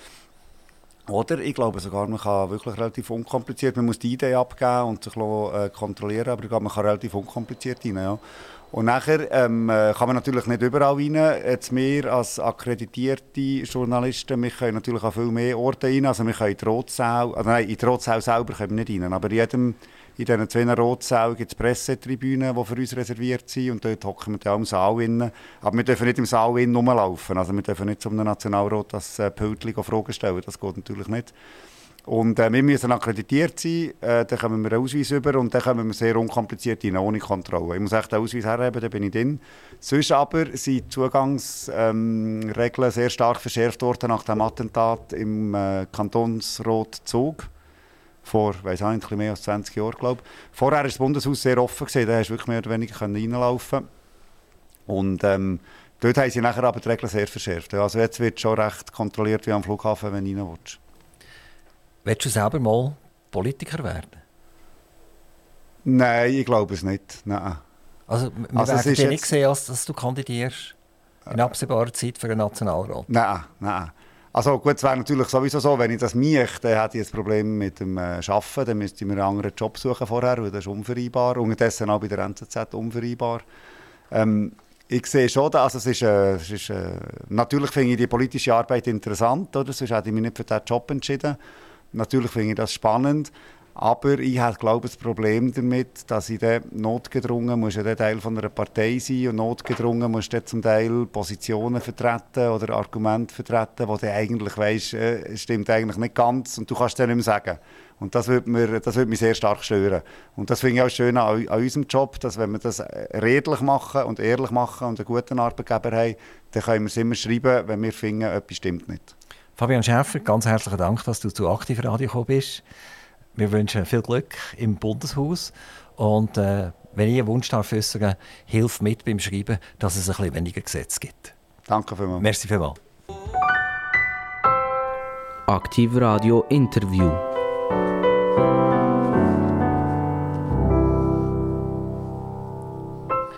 oder ich glaube sogar, man kann wirklich relativ unkompliziert, man muss die Idee abgeben und sich äh, kontrollieren, aber ich glaube, man kann relativ unkompliziert rein. Ja. Und nachher ähm, kann man natürlich nicht überall rein. Jetzt wir als akkreditierte Journalisten, wir können natürlich an viel mehr Orte rein. Also wir können in die Rotsaal, also nein, in die Rotsaal selber können wir nicht rein, aber in jedem in diesen zwei Rotsälen gibt es Pressetribünen, die für uns reserviert sind und dort hocken wir auch im Saal rein. Aber wir dürfen nicht im Saal innen rumlaufen. Also wir dürfen nicht zum Nationalrat das äh, Pultchen Fragen stellen, das geht natürlich nicht. Und äh, wir müssen akkreditiert sein, äh, dann kommen wir einen Ausweis über und dann kommen wir sehr unkompliziert rein, ohne Kontrolle. Ich muss echt den Ausweis hergeben, dann bin ich drin. Sonst aber sind die Zugangsregeln ähm, sehr stark verschärft worden nach dem Attentat im äh, Kantonsrat Zug. Vor, weiss auch nicht, ein bisschen mehr als zwanzig Jahren, glaube ich. Vorher war das Bundeshaus sehr offen, gewesen, da hast du wirklich mehr oder weniger reinlaufen. Und ähm, dort haben sie nachher aber die Regeln sehr verschärft. Also jetzt wird schon recht kontrolliert wie am Flughafen, wenn du rein willst. Willst du selber mal Politiker werden? Nein, ich glaube es nicht. Nein. Also wir also werden dir nicht jetzt... sehen, als dass du kandidierst in absehbarer Zeit für den Nationalrat? Nein, nein. Also gut, es wäre natürlich sowieso so, wenn ich das möchte, dann hätte ich ein Problem mit dem äh, Arbeiten, dann müsste ich mir einen anderen Job suchen vorher, weil das ist unvereinbar. Unterdessen auch bei der N Z Z unvereinbar. Ähm, ich sehe schon, also es ist, äh, es ist äh, natürlich finde ich die politische Arbeit interessant, oder? Sonst hätte ich mich nicht für diesen Job entschieden. Natürlich finde ich das spannend. Aber ich habe, glaube ich, das Problem damit, dass ich dann notgedrungen muss ja der Teil von einer Partei sein und notgedrungen muss dann zum Teil Positionen vertreten oder Argumente vertreten, wo du eigentlich weisst, äh, stimmt eigentlich nicht ganz und du kannst es dann nicht mehr sagen. Und das würde mir, das würde mich sehr stark stören. Und das finde ich auch schön an, an unserem Job, dass wenn wir das redlich machen und ehrlich machen und einen guten Arbeitgeber haben, dann können wir es immer schreiben, wenn wir finden, etwas stimmt nicht. Fabian Schäfer, ganz herzlichen Dank, dass du zu Aktiv Radio gekommen bist. Wir wünschen viel Glück im Bundeshaus und äh, wenn ich einen Wunsch darf äußern, hilf mit beim Schreiben, dass es ein bisschen weniger Gesetze gibt. Danke vielmals. Merci vielmals. Aktiv Radio Interview.